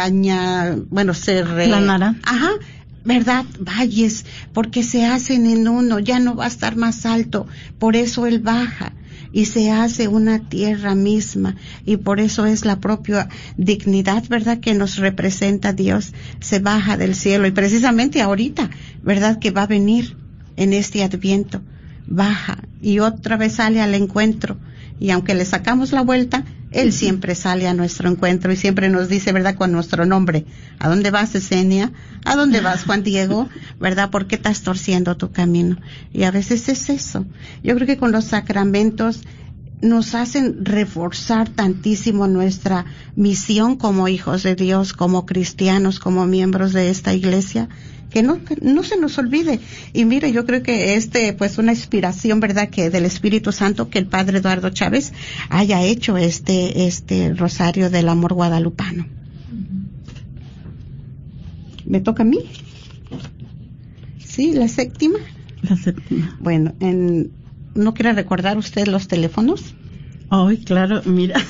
planarán. Ajá. ¿Verdad? Valles, porque se hacen en uno, ya no va a estar más alto, por eso Él baja y se hace una tierra misma, y por eso es la propia dignidad, ¿verdad?, que nos representa Dios, se baja del cielo, y precisamente ahorita, ¿verdad?, que va a venir en este Adviento, baja y otra vez sale al encuentro, y aunque le sacamos la vuelta, Él siempre sale a nuestro encuentro y siempre nos dice, ¿verdad?, con nuestro nombre: ¿a dónde vas, Esenia? ¿A dónde vas, Juan Diego? ¿Verdad? ¿Por qué estás torciendo tu camino? Y a veces es eso. Yo creo que con los sacramentos nos hacen reforzar tantísimo nuestra misión como hijos de Dios, como cristianos, como miembros de esta iglesia, que no se nos olvide. Y mire, yo creo que pues una inspiración, ¿verdad?, que del Espíritu Santo, que el Padre Eduardo Chávez haya hecho este Rosario del Amor Guadalupano. ¿Me toca a mí? Sí, la séptima. La séptima. Bueno, ¿no quiere recordar usted los teléfonos? Ay, claro, mira.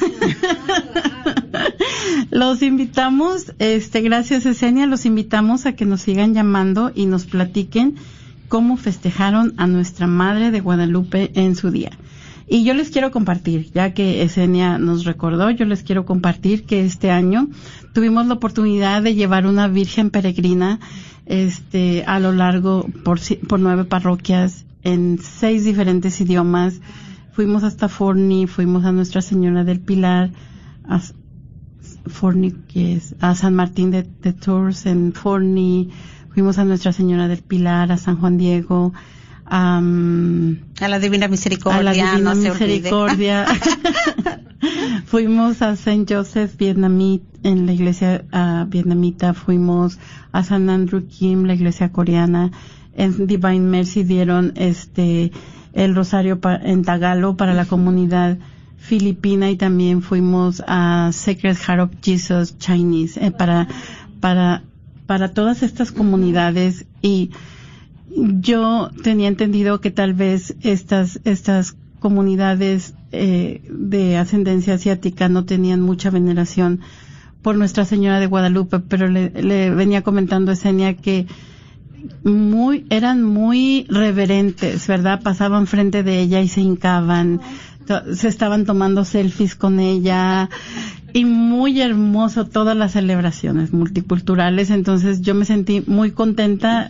Los invitamos, gracias, Esenia, los invitamos a que nos sigan llamando y nos platiquen cómo festejaron a nuestra Madre de Guadalupe en su día. Y yo les quiero compartir, ya que Esenia nos recordó, yo les quiero compartir que este año tuvimos la oportunidad de llevar una Virgen peregrina, a lo largo por 9 parroquias en 6 diferentes idiomas. Fuimos hasta Forni, fuimos a Nuestra Señora del Pilar, Forni, que es a San Martín de Tours en Forni, fuimos a Nuestra Señora del Pilar, a San Juan Diego, a la Divina Misericordia, a la Divina no Misericordia. Fuimos a Saint Joseph Vietnamita, en la iglesia vietnamita, fuimos a San Andrew Kim, la iglesia coreana. En Divine Mercy dieron el rosario en tagalo para la comunidad filipina, y también fuimos a Sacred Heart of Jesus Chinese para todas estas comunidades. Y yo tenía entendido que tal vez estas comunidades de ascendencia asiática no tenían mucha veneración por Nuestra Señora de Guadalupe, pero le venía comentando a Esenia que eran muy reverentes, ¿verdad? Pasaban frente de ella y se hincaban, se estaban tomando selfies con ella, y muy hermoso todas las celebraciones multiculturales. Entonces yo me sentí muy contenta.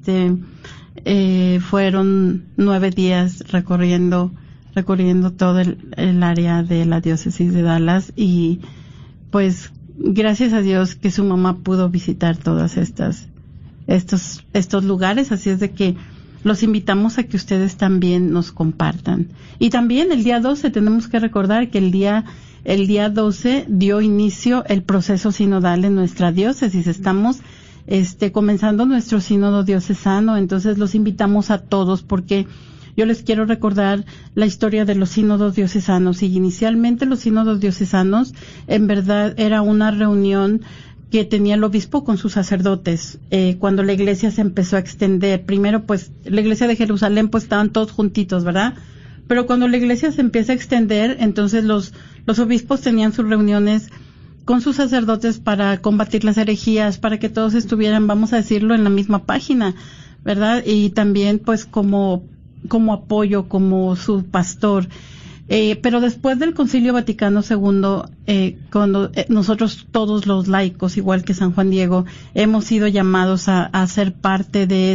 Fueron 9 días recorriendo todo el área de la diócesis de Dallas, y pues gracias a Dios que su mamá pudo visitar todas estos lugares. Así es de que los invitamos a que ustedes también nos compartan. Y también el día 12 tenemos que recordar que el día 12 dio inicio el proceso sinodal en nuestra diócesis. Estamos comenzando nuestro sínodo diocesano, entonces los invitamos a todos, porque yo les quiero recordar la historia de los sínodos diocesanos. Y inicialmente los sínodos diocesanos en verdad era una reunión que tenía el obispo con sus sacerdotes. Cuando la iglesia se empezó a extender, primero pues la iglesia de Jerusalén pues estaban todos juntitos, ¿verdad? Pero cuando la iglesia se empieza a extender, entonces los obispos tenían sus reuniones con sus sacerdotes para combatir las herejías, para que todos estuvieran, vamos a decirlo, en la misma página, ¿verdad? Y también pues como apoyo, como su pastor. Pero después del Concilio Vaticano II, cuando nosotros todos los laicos, igual que San Juan Diego, hemos sido llamados a ser parte de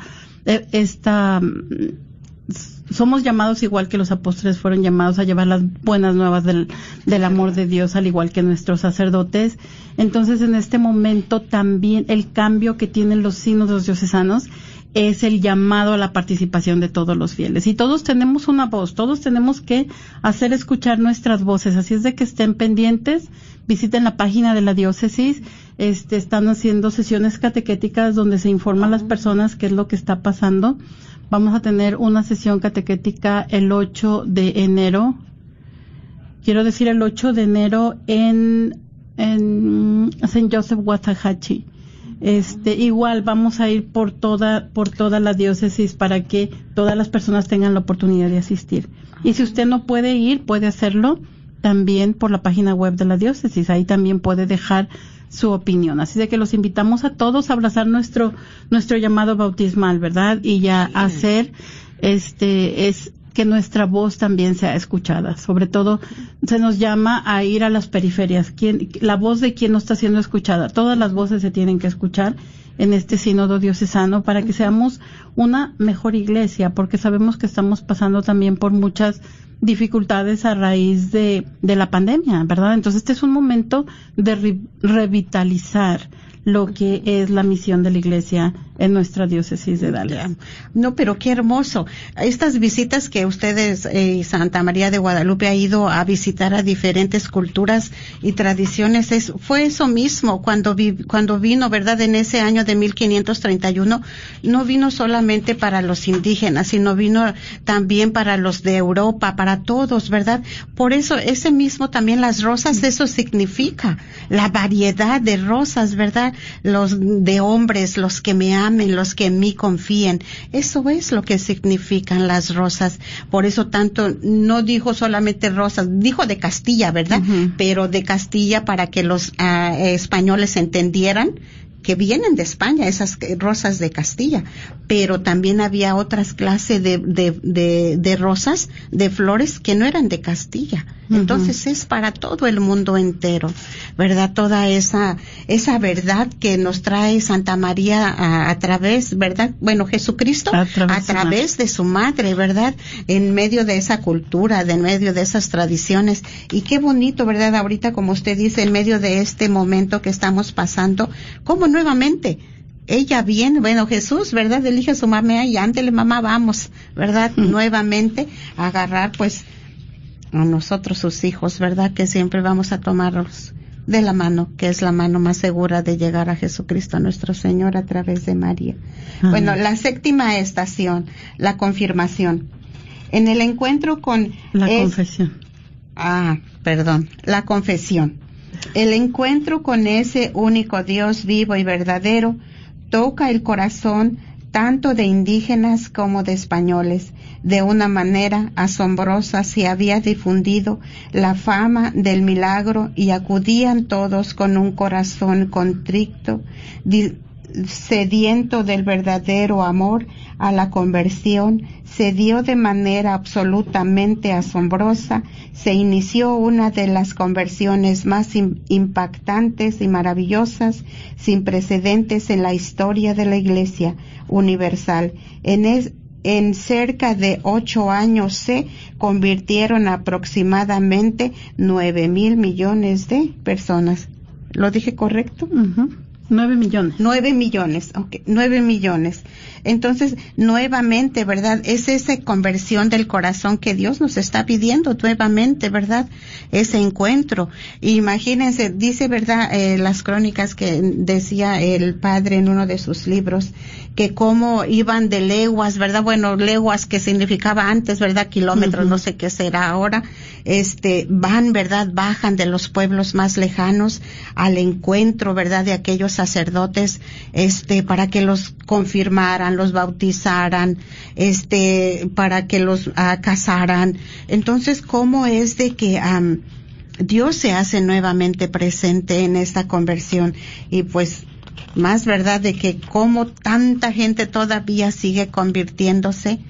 somos llamados, igual que los apóstoles fueron llamados, a llevar las buenas nuevas del amor de Dios, al igual que nuestros sacerdotes. Entonces, en este momento también el cambio que tienen los sínodos diocesanos es el llamado a la participación de todos los fieles. Y todos tenemos una voz, todos tenemos que hacer escuchar nuestras voces. Así es de que estén pendientes, visiten la página de la diócesis, están haciendo sesiones catequéticas donde se informa a las personas qué es lo que está pasando. Vamos a tener una sesión catequética el 8 de enero. Quiero decir el 8 de enero en Saint Joseph Waxahachie. Igual vamos a ir por toda la diócesis para que todas las personas tengan la oportunidad de asistir. Y si usted no puede ir, puede hacerlo también por la página web de la diócesis. Ahí también puede dejar su opinión. Así de que los invitamos a todos a abrazar nuestro llamado bautismal, ¿verdad? Y ya hacer es que nuestra voz también sea escuchada. Sobre todo se nos llama a ir a las periferias. La voz de quien no está siendo escuchada. Todas las voces se tienen que escuchar, en este sínodo diocesano para que seamos una mejor iglesia, porque sabemos que estamos pasando también por muchas dificultades a raíz de la pandemia, ¿verdad? Entonces este es un momento de revitalizar lo que es la misión de la Iglesia en nuestra diócesis de Dallas. No, pero qué hermoso. Estas visitas que ustedes, Santa María de Guadalupe, ha ido a visitar a diferentes culturas y tradiciones, fue eso mismo cuando vino, ¿verdad? En ese año de 1531, no vino solamente para los indígenas, sino vino también para los de Europa, para todos, ¿verdad? Por eso, ese mismo también las rosas, eso significa la variedad de rosas, ¿verdad? Los de hombres, los que me amen, los que en mí confíen. Eso es lo que significan las rosas. Por eso tanto, no dijo solamente rosas, dijo de Castilla, ¿verdad? Uh-huh. Pero de Castilla para que los españoles entendieran que vienen de España, esas rosas de Castilla, pero también había otras clases de rosas, de flores que no eran de Castilla. Entonces es para todo el mundo entero, ¿verdad? Toda esa verdad que nos trae Santa María a través, ¿verdad? Bueno, Jesucristo a través de su madre, ¿verdad? En medio de esa cultura, en medio de esas tradiciones. Y qué bonito, ¿verdad? Ahorita, como usted dice, en medio de este momento que estamos pasando, ¿cómo nuevamente? Ella viene, bueno, Jesús, ¿verdad? Elige a su mamá y ándele, mamá, vamos, ¿verdad? Nuevamente a agarrar, pues, a nosotros sus hijos, ¿verdad? Que siempre vamos a tomarlos de la mano, que es la mano más segura de llegar a Jesucristo nuestro Señor a través de María. Bueno, la séptima estación, la confirmación. En el encuentro con... La confesión. La confesión. El encuentro con ese único Dios vivo y verdadero toca el corazón tanto de indígenas como de españoles. De una manera asombrosa se había difundido la fama del milagro y acudían todos con un corazón contrito, sediento del verdadero amor a la conversión. Se dio de manera absolutamente asombrosa. Se inició una de las conversiones más impactantes y maravillosas, sin precedentes en la historia de la Iglesia universal. En cerca de 8 años se convirtieron aproximadamente 9,000 millones de personas. ¿Lo dije correcto? 9 millones. 9 millones, okay, 9 millones. Entonces, nuevamente, ¿verdad? Es esa conversión del corazón que Dios nos está pidiendo nuevamente, ¿verdad? Ese encuentro. Imagínense, dice, ¿verdad? Las crónicas que decía el padre en uno de sus libros, que cómo iban de leguas, ¿verdad? Bueno, leguas que significaba antes, ¿verdad? Kilómetros, no sé qué será ahora. Van, ¿verdad? Bajan de los pueblos más lejanos al encuentro, ¿verdad? De aquellos sacerdotes, para que los confirmaran, los bautizaran, para que los casaran. Entonces, ¿cómo es de que Dios se hace nuevamente presente en esta conversión? Y pues, más verdad de que cómo tanta gente todavía sigue convirtiéndose,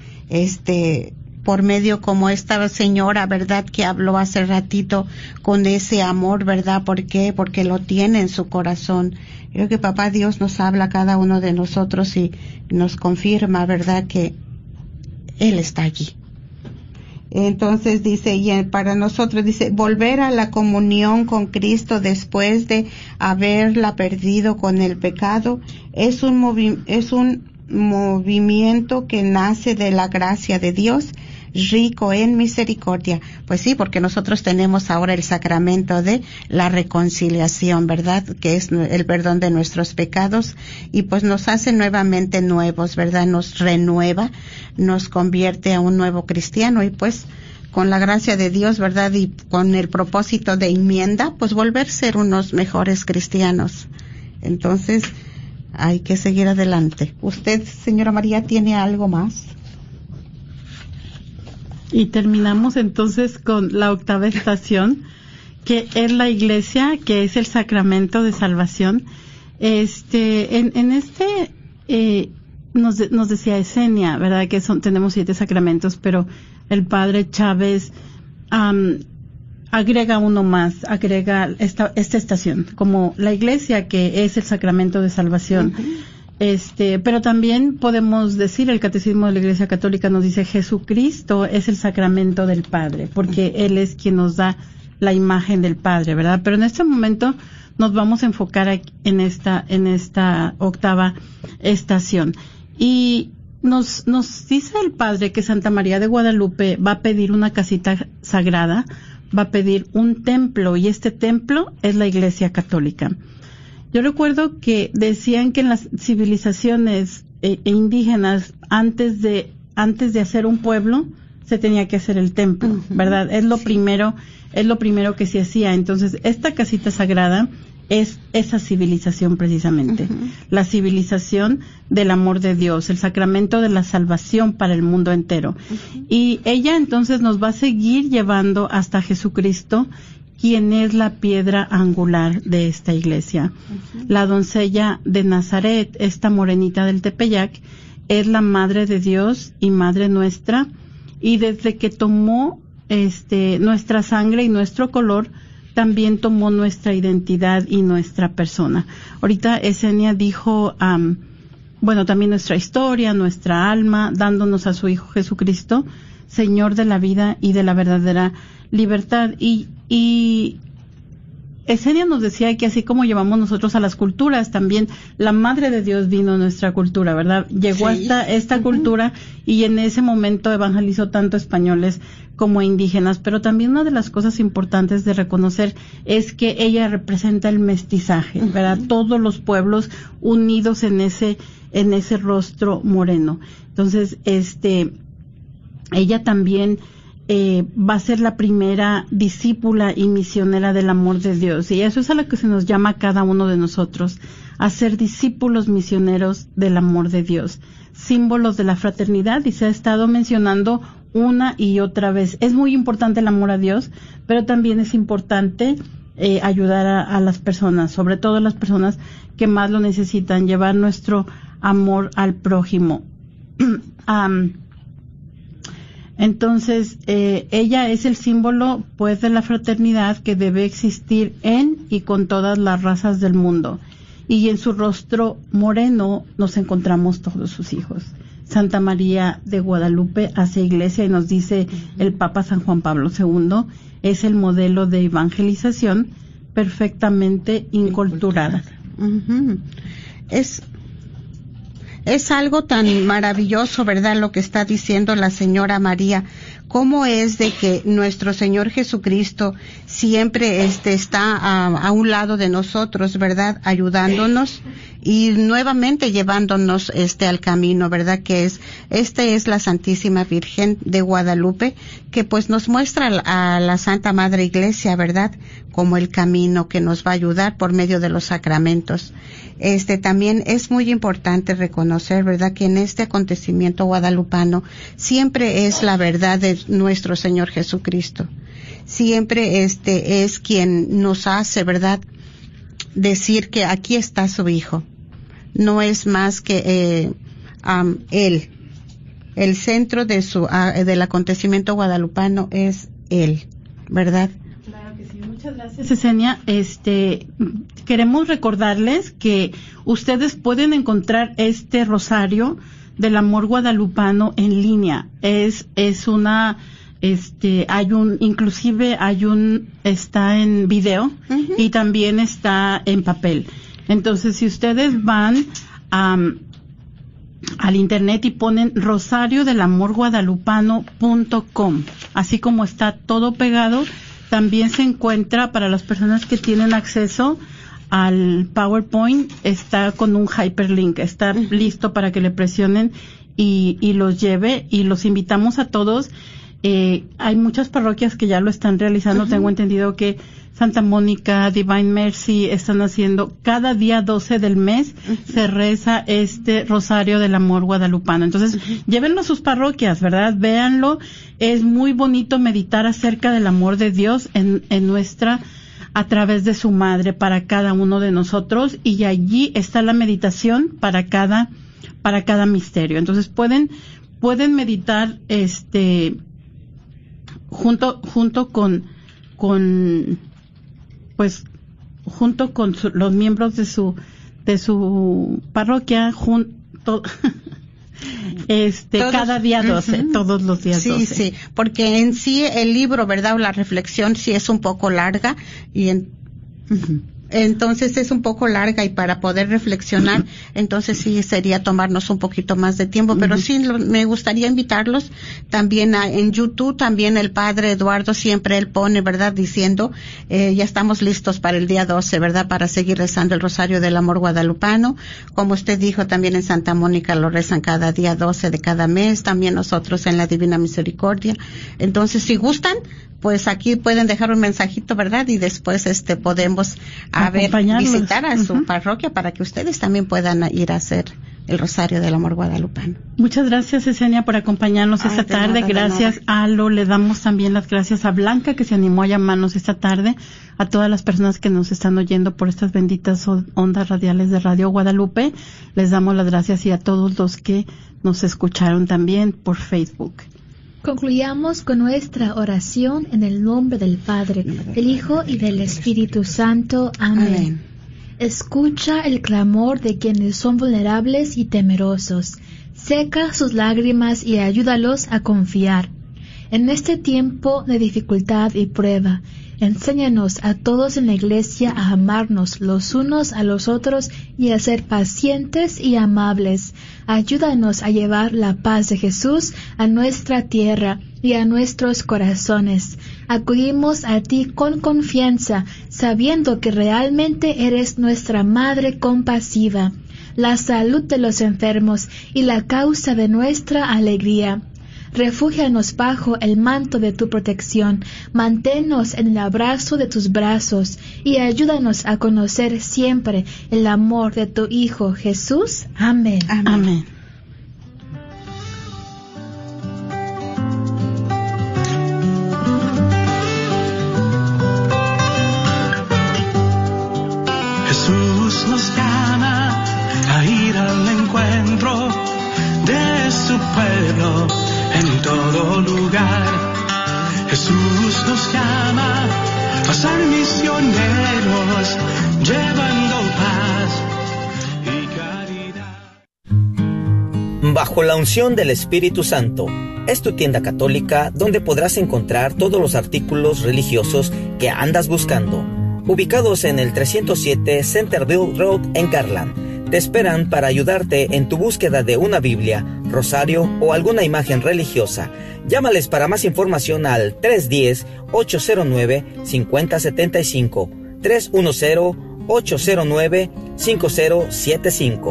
por medio como esta señora, ¿verdad? Que habló hace ratito con ese amor, ¿verdad? ¿Por qué? Porque lo tiene en su corazón. Creo que Papá Dios nos habla a cada uno de nosotros y nos confirma, ¿verdad? Que Él está allí. Entonces dice, y para nosotros dice, volver a la comunión con Cristo después de haberla perdido con el pecado es un movimiento que nace de la gracia de Dios, rico en misericordia. Pues sí, porque nosotros tenemos ahora el sacramento de la reconciliación, ¿verdad? Que es el perdón de nuestros pecados y pues nos hace nuevamente nuevos, ¿verdad? Nos renueva, nos convierte a un nuevo cristiano y pues con la gracia de Dios, ¿verdad? Y con el propósito de enmienda, pues volver a ser unos mejores cristianos. Entonces, hay que seguir adelante. ¿Usted, señora María, tiene algo más? Y terminamos entonces con la octava estación, que es la Iglesia, que es el sacramento de salvación. Nos decía Esenia, ¿verdad? Que tenemos 7 sacramentos, pero el padre Chávez agrega uno más, agrega esta estación, como la Iglesia, que es el sacramento de salvación. Pero también podemos decir, el Catecismo de la Iglesia Católica nos dice, Jesucristo es el sacramento del Padre, porque Él es quien nos da la imagen del Padre, ¿verdad? Pero en este momento nos vamos a enfocar en esta octava estación. Y nos dice el Padre que Santa María de Guadalupe va a pedir una casita sagrada, va a pedir un templo, y este templo es la Iglesia Católica. Yo recuerdo que decían que en las civilizaciones indígenas, antes de hacer un pueblo, se tenía que hacer el templo, ¿verdad? Es lo primero que se hacía. Entonces, esta casita sagrada es esa civilización precisamente, la civilización del amor de Dios, el sacramento de la salvación para el mundo entero. Y ella entonces nos va a seguir llevando hasta Jesucristo, quien es la piedra angular de esta iglesia. La doncella de Nazaret, esta morenita del Tepeyac, es la madre de Dios y madre nuestra, y desde que tomó nuestra sangre y nuestro color, también tomó nuestra identidad y nuestra persona. Ahorita Esenia dijo, también nuestra historia, nuestra alma, dándonos a su Hijo Jesucristo, Señor de la vida y de la verdadera libertad. Y Esenia nos decía que así como llevamos nosotros a las culturas, también la Madre de Dios vino a nuestra cultura, ¿verdad? Llegó hasta esta cultura, y en ese momento evangelizó tanto españoles como indígenas. Pero también una de las cosas importantes de reconocer es que ella representa el mestizaje, ¿verdad? Todos los pueblos unidos en ese rostro moreno. Entonces, ella también va a ser la primera discípula y misionera del amor de Dios, y eso es a lo que se nos llama a cada uno de nosotros, a ser discípulos misioneros del amor de Dios, símbolos de la fraternidad, y se ha estado mencionando una y otra vez. Es muy importante el amor a Dios, pero también es importante ayudar a las personas, sobre todo las personas que más lo necesitan, llevar nuestro amor al prójimo. Entonces, ella es el símbolo, pues, de la fraternidad que debe existir en y con todas las razas del mundo. Y en su rostro moreno nos encontramos todos sus hijos. Santa María de Guadalupe hace iglesia, y nos dice el Papa San Juan Pablo II, es el modelo de evangelización perfectamente inculturada. Es algo tan maravilloso, ¿verdad?, lo que está diciendo la señora María. Cómo es de que nuestro Señor Jesucristo siempre está a un lado de nosotros, ¿verdad?, ayudándonos y nuevamente llevándonos al camino, ¿verdad?, que es la Santísima Virgen de Guadalupe, que pues nos muestra a la Santa Madre Iglesia, ¿verdad?, como el camino que nos va a ayudar por medio de los sacramentos. También es muy importante reconocer, ¿verdad?, que en este acontecimiento guadalupano siempre es la verdad de nuestro Señor Jesucristo. Siempre es quien nos hace, ¿verdad?, decir que aquí está su Hijo. No es más que Él. El centro del acontecimiento guadalupano es Él, ¿verdad? Claro que sí. Muchas gracias, Esenia. Queremos recordarles que ustedes pueden encontrar este rosario del amor guadalupano en línea. Está en video y también está en papel. Entonces, si ustedes van al internet y ponen rosariodelamorguadalupano.com, así como está todo pegado, también se encuentra para las personas que tienen acceso al PowerPoint, está con un hyperlink, está listo para que le presionen y los lleve, y los invitamos a todos. Hay muchas parroquias que ya lo están realizando. Tengo entendido que Santa Mónica, Divine Mercy están haciendo cada día 12 del mes, se reza este rosario del amor guadalupano. Entonces, llévenlo a sus parroquias, ¿verdad? Véanlo. Es muy bonito meditar acerca del amor de Dios a través de su madre para cada uno de nosotros, y allí está la meditación para cada misterio. Entonces, pueden meditar junto con los miembros de su parroquia cada día 12, todos los días 12. Sí, porque en sí el libro, ¿verdad? O la reflexión sí es un poco larga y entonces es un poco larga y para poder reflexionar, entonces sí sería tomarnos un poquito más de tiempo, pero sí me gustaría invitarlos también en YouTube, también el padre Eduardo siempre él pone, ¿verdad? Diciendo, ya estamos listos para el día 12, ¿verdad? Para seguir rezando el Rosario del Amor Guadalupano. Como usted dijo, también en Santa Mónica lo rezan cada día 12 de cada mes, también nosotros en la Divina Misericordia. Entonces, si gustan, pues aquí pueden dejar un mensajito, ¿verdad? Y después podemos visitar a su parroquia para que ustedes también puedan ir a hacer el Rosario del Amor Guadalupano. Muchas gracias, Esenia, por acompañarnos esta tarde. Gracias, Alo. Le damos también las gracias a Blanca, que se animó a llamarnos esta tarde, a todas las personas que nos están oyendo por estas benditas ondas radiales de Radio Guadalupe. Les damos las gracias y a todos los que nos escucharon también por Facebook. Concluyamos con nuestra oración en el nombre del Padre, del Hijo y del Espíritu Santo. Amén. Escucha el clamor de quienes son vulnerables y temerosos. Seca sus lágrimas y ayúdalos a confiar. En este tiempo de dificultad y prueba, enséñanos a todos en la Iglesia a amarnos los unos a los otros y a ser pacientes y amables. Ayúdanos a llevar la paz de Jesús a nuestra tierra y a nuestros corazones. Acudimos a ti con confianza, sabiendo que realmente eres nuestra Madre compasiva, la salud de los enfermos y la causa de nuestra alegría. Refúgianos bajo el manto de tu protección, manténnos en el abrazo de tus brazos y ayúdanos a conocer siempre el amor de tu Hijo Jesús. Amén. Amén. Amén. Jesús nos llama a ir al encuentro de su pueblo en todo lugar. Jesús nos llama a ser misioneros, llevando paz y caridad. Bajo la unción del Espíritu Santo es tu tienda católica donde podrás encontrar todos los artículos religiosos que andas buscando. Ubicados en el 307 Centerville Road en Garland. Te esperan para ayudarte en tu búsqueda de una Biblia, rosario o alguna imagen religiosa. Llámales para más información al 310-809-5075, 310-809-5075.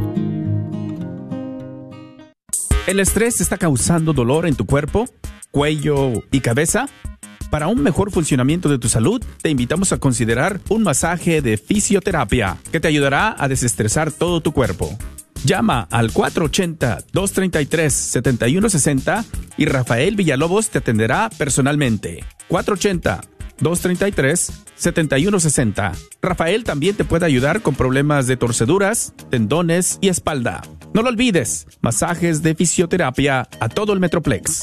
¿El estrés está causando dolor en tu cuerpo, cuello y cabeza? Para un mejor funcionamiento de tu salud, te invitamos a considerar un masaje de fisioterapia que te ayudará a desestresar todo tu cuerpo. Llama al 480-233-7160 y Rafael Villalobos te atenderá personalmente. 480-233-7160. Rafael también te puede ayudar con problemas de torceduras, tendones y espalda. No lo olvides, masajes de fisioterapia a todo el Metroplex.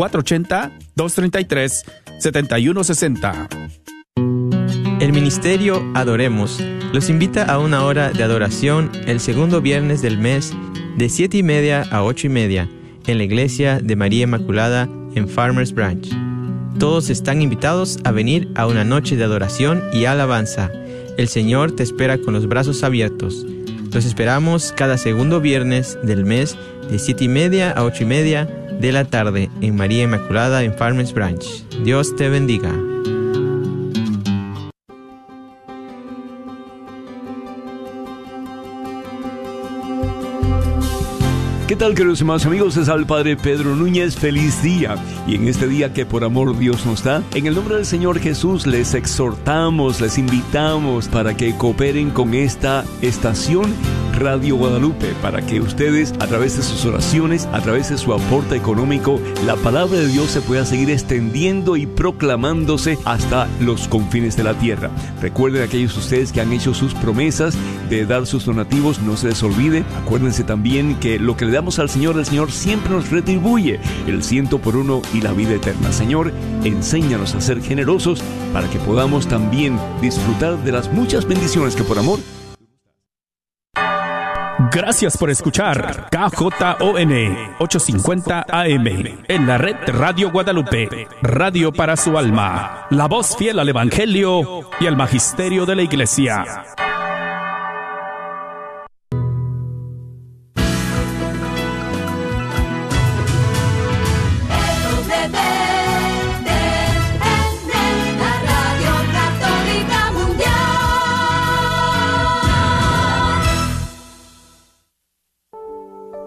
480-233-7160. El Ministerio Adoremos los invita a una hora de adoración el segundo viernes del mes de 7:30 a 8:30 en la Iglesia de María Inmaculada en Farmers Branch. Todos están invitados a venir a una noche de adoración y alabanza. El Señor te espera con los brazos abiertos. Los esperamos cada segundo viernes del mes de 7:30 a 8:30 de la tarde en María Inmaculada en Farmers Branch. Dios te bendiga. ¿Qué tal, queridos hermanos amigos? Es el Padre Pedro Núñez. Feliz día. Y en este día que por amor Dios nos da, en el nombre del Señor Jesús les exhortamos, les invitamos para que cooperen con esta estación Radio Guadalupe, para que ustedes, a través de sus oraciones, a través de su aporte económico, la palabra de Dios se pueda seguir extendiendo y proclamándose hasta los confines de la tierra. Recuerden, aquellos de ustedes que han hecho sus promesas de dar sus donativos, no se les olvide. Acuérdense también que lo que le damos al Señor, el Señor siempre nos retribuye el 100 por 1 y la vida eterna. Señor, enséñanos a ser generosos para que podamos también disfrutar de las muchas bendiciones que por amor Gracias por escuchar KJON 850 AM en la red Radio Guadalupe, radio para su alma, la voz fiel al Evangelio y al Magisterio de la Iglesia.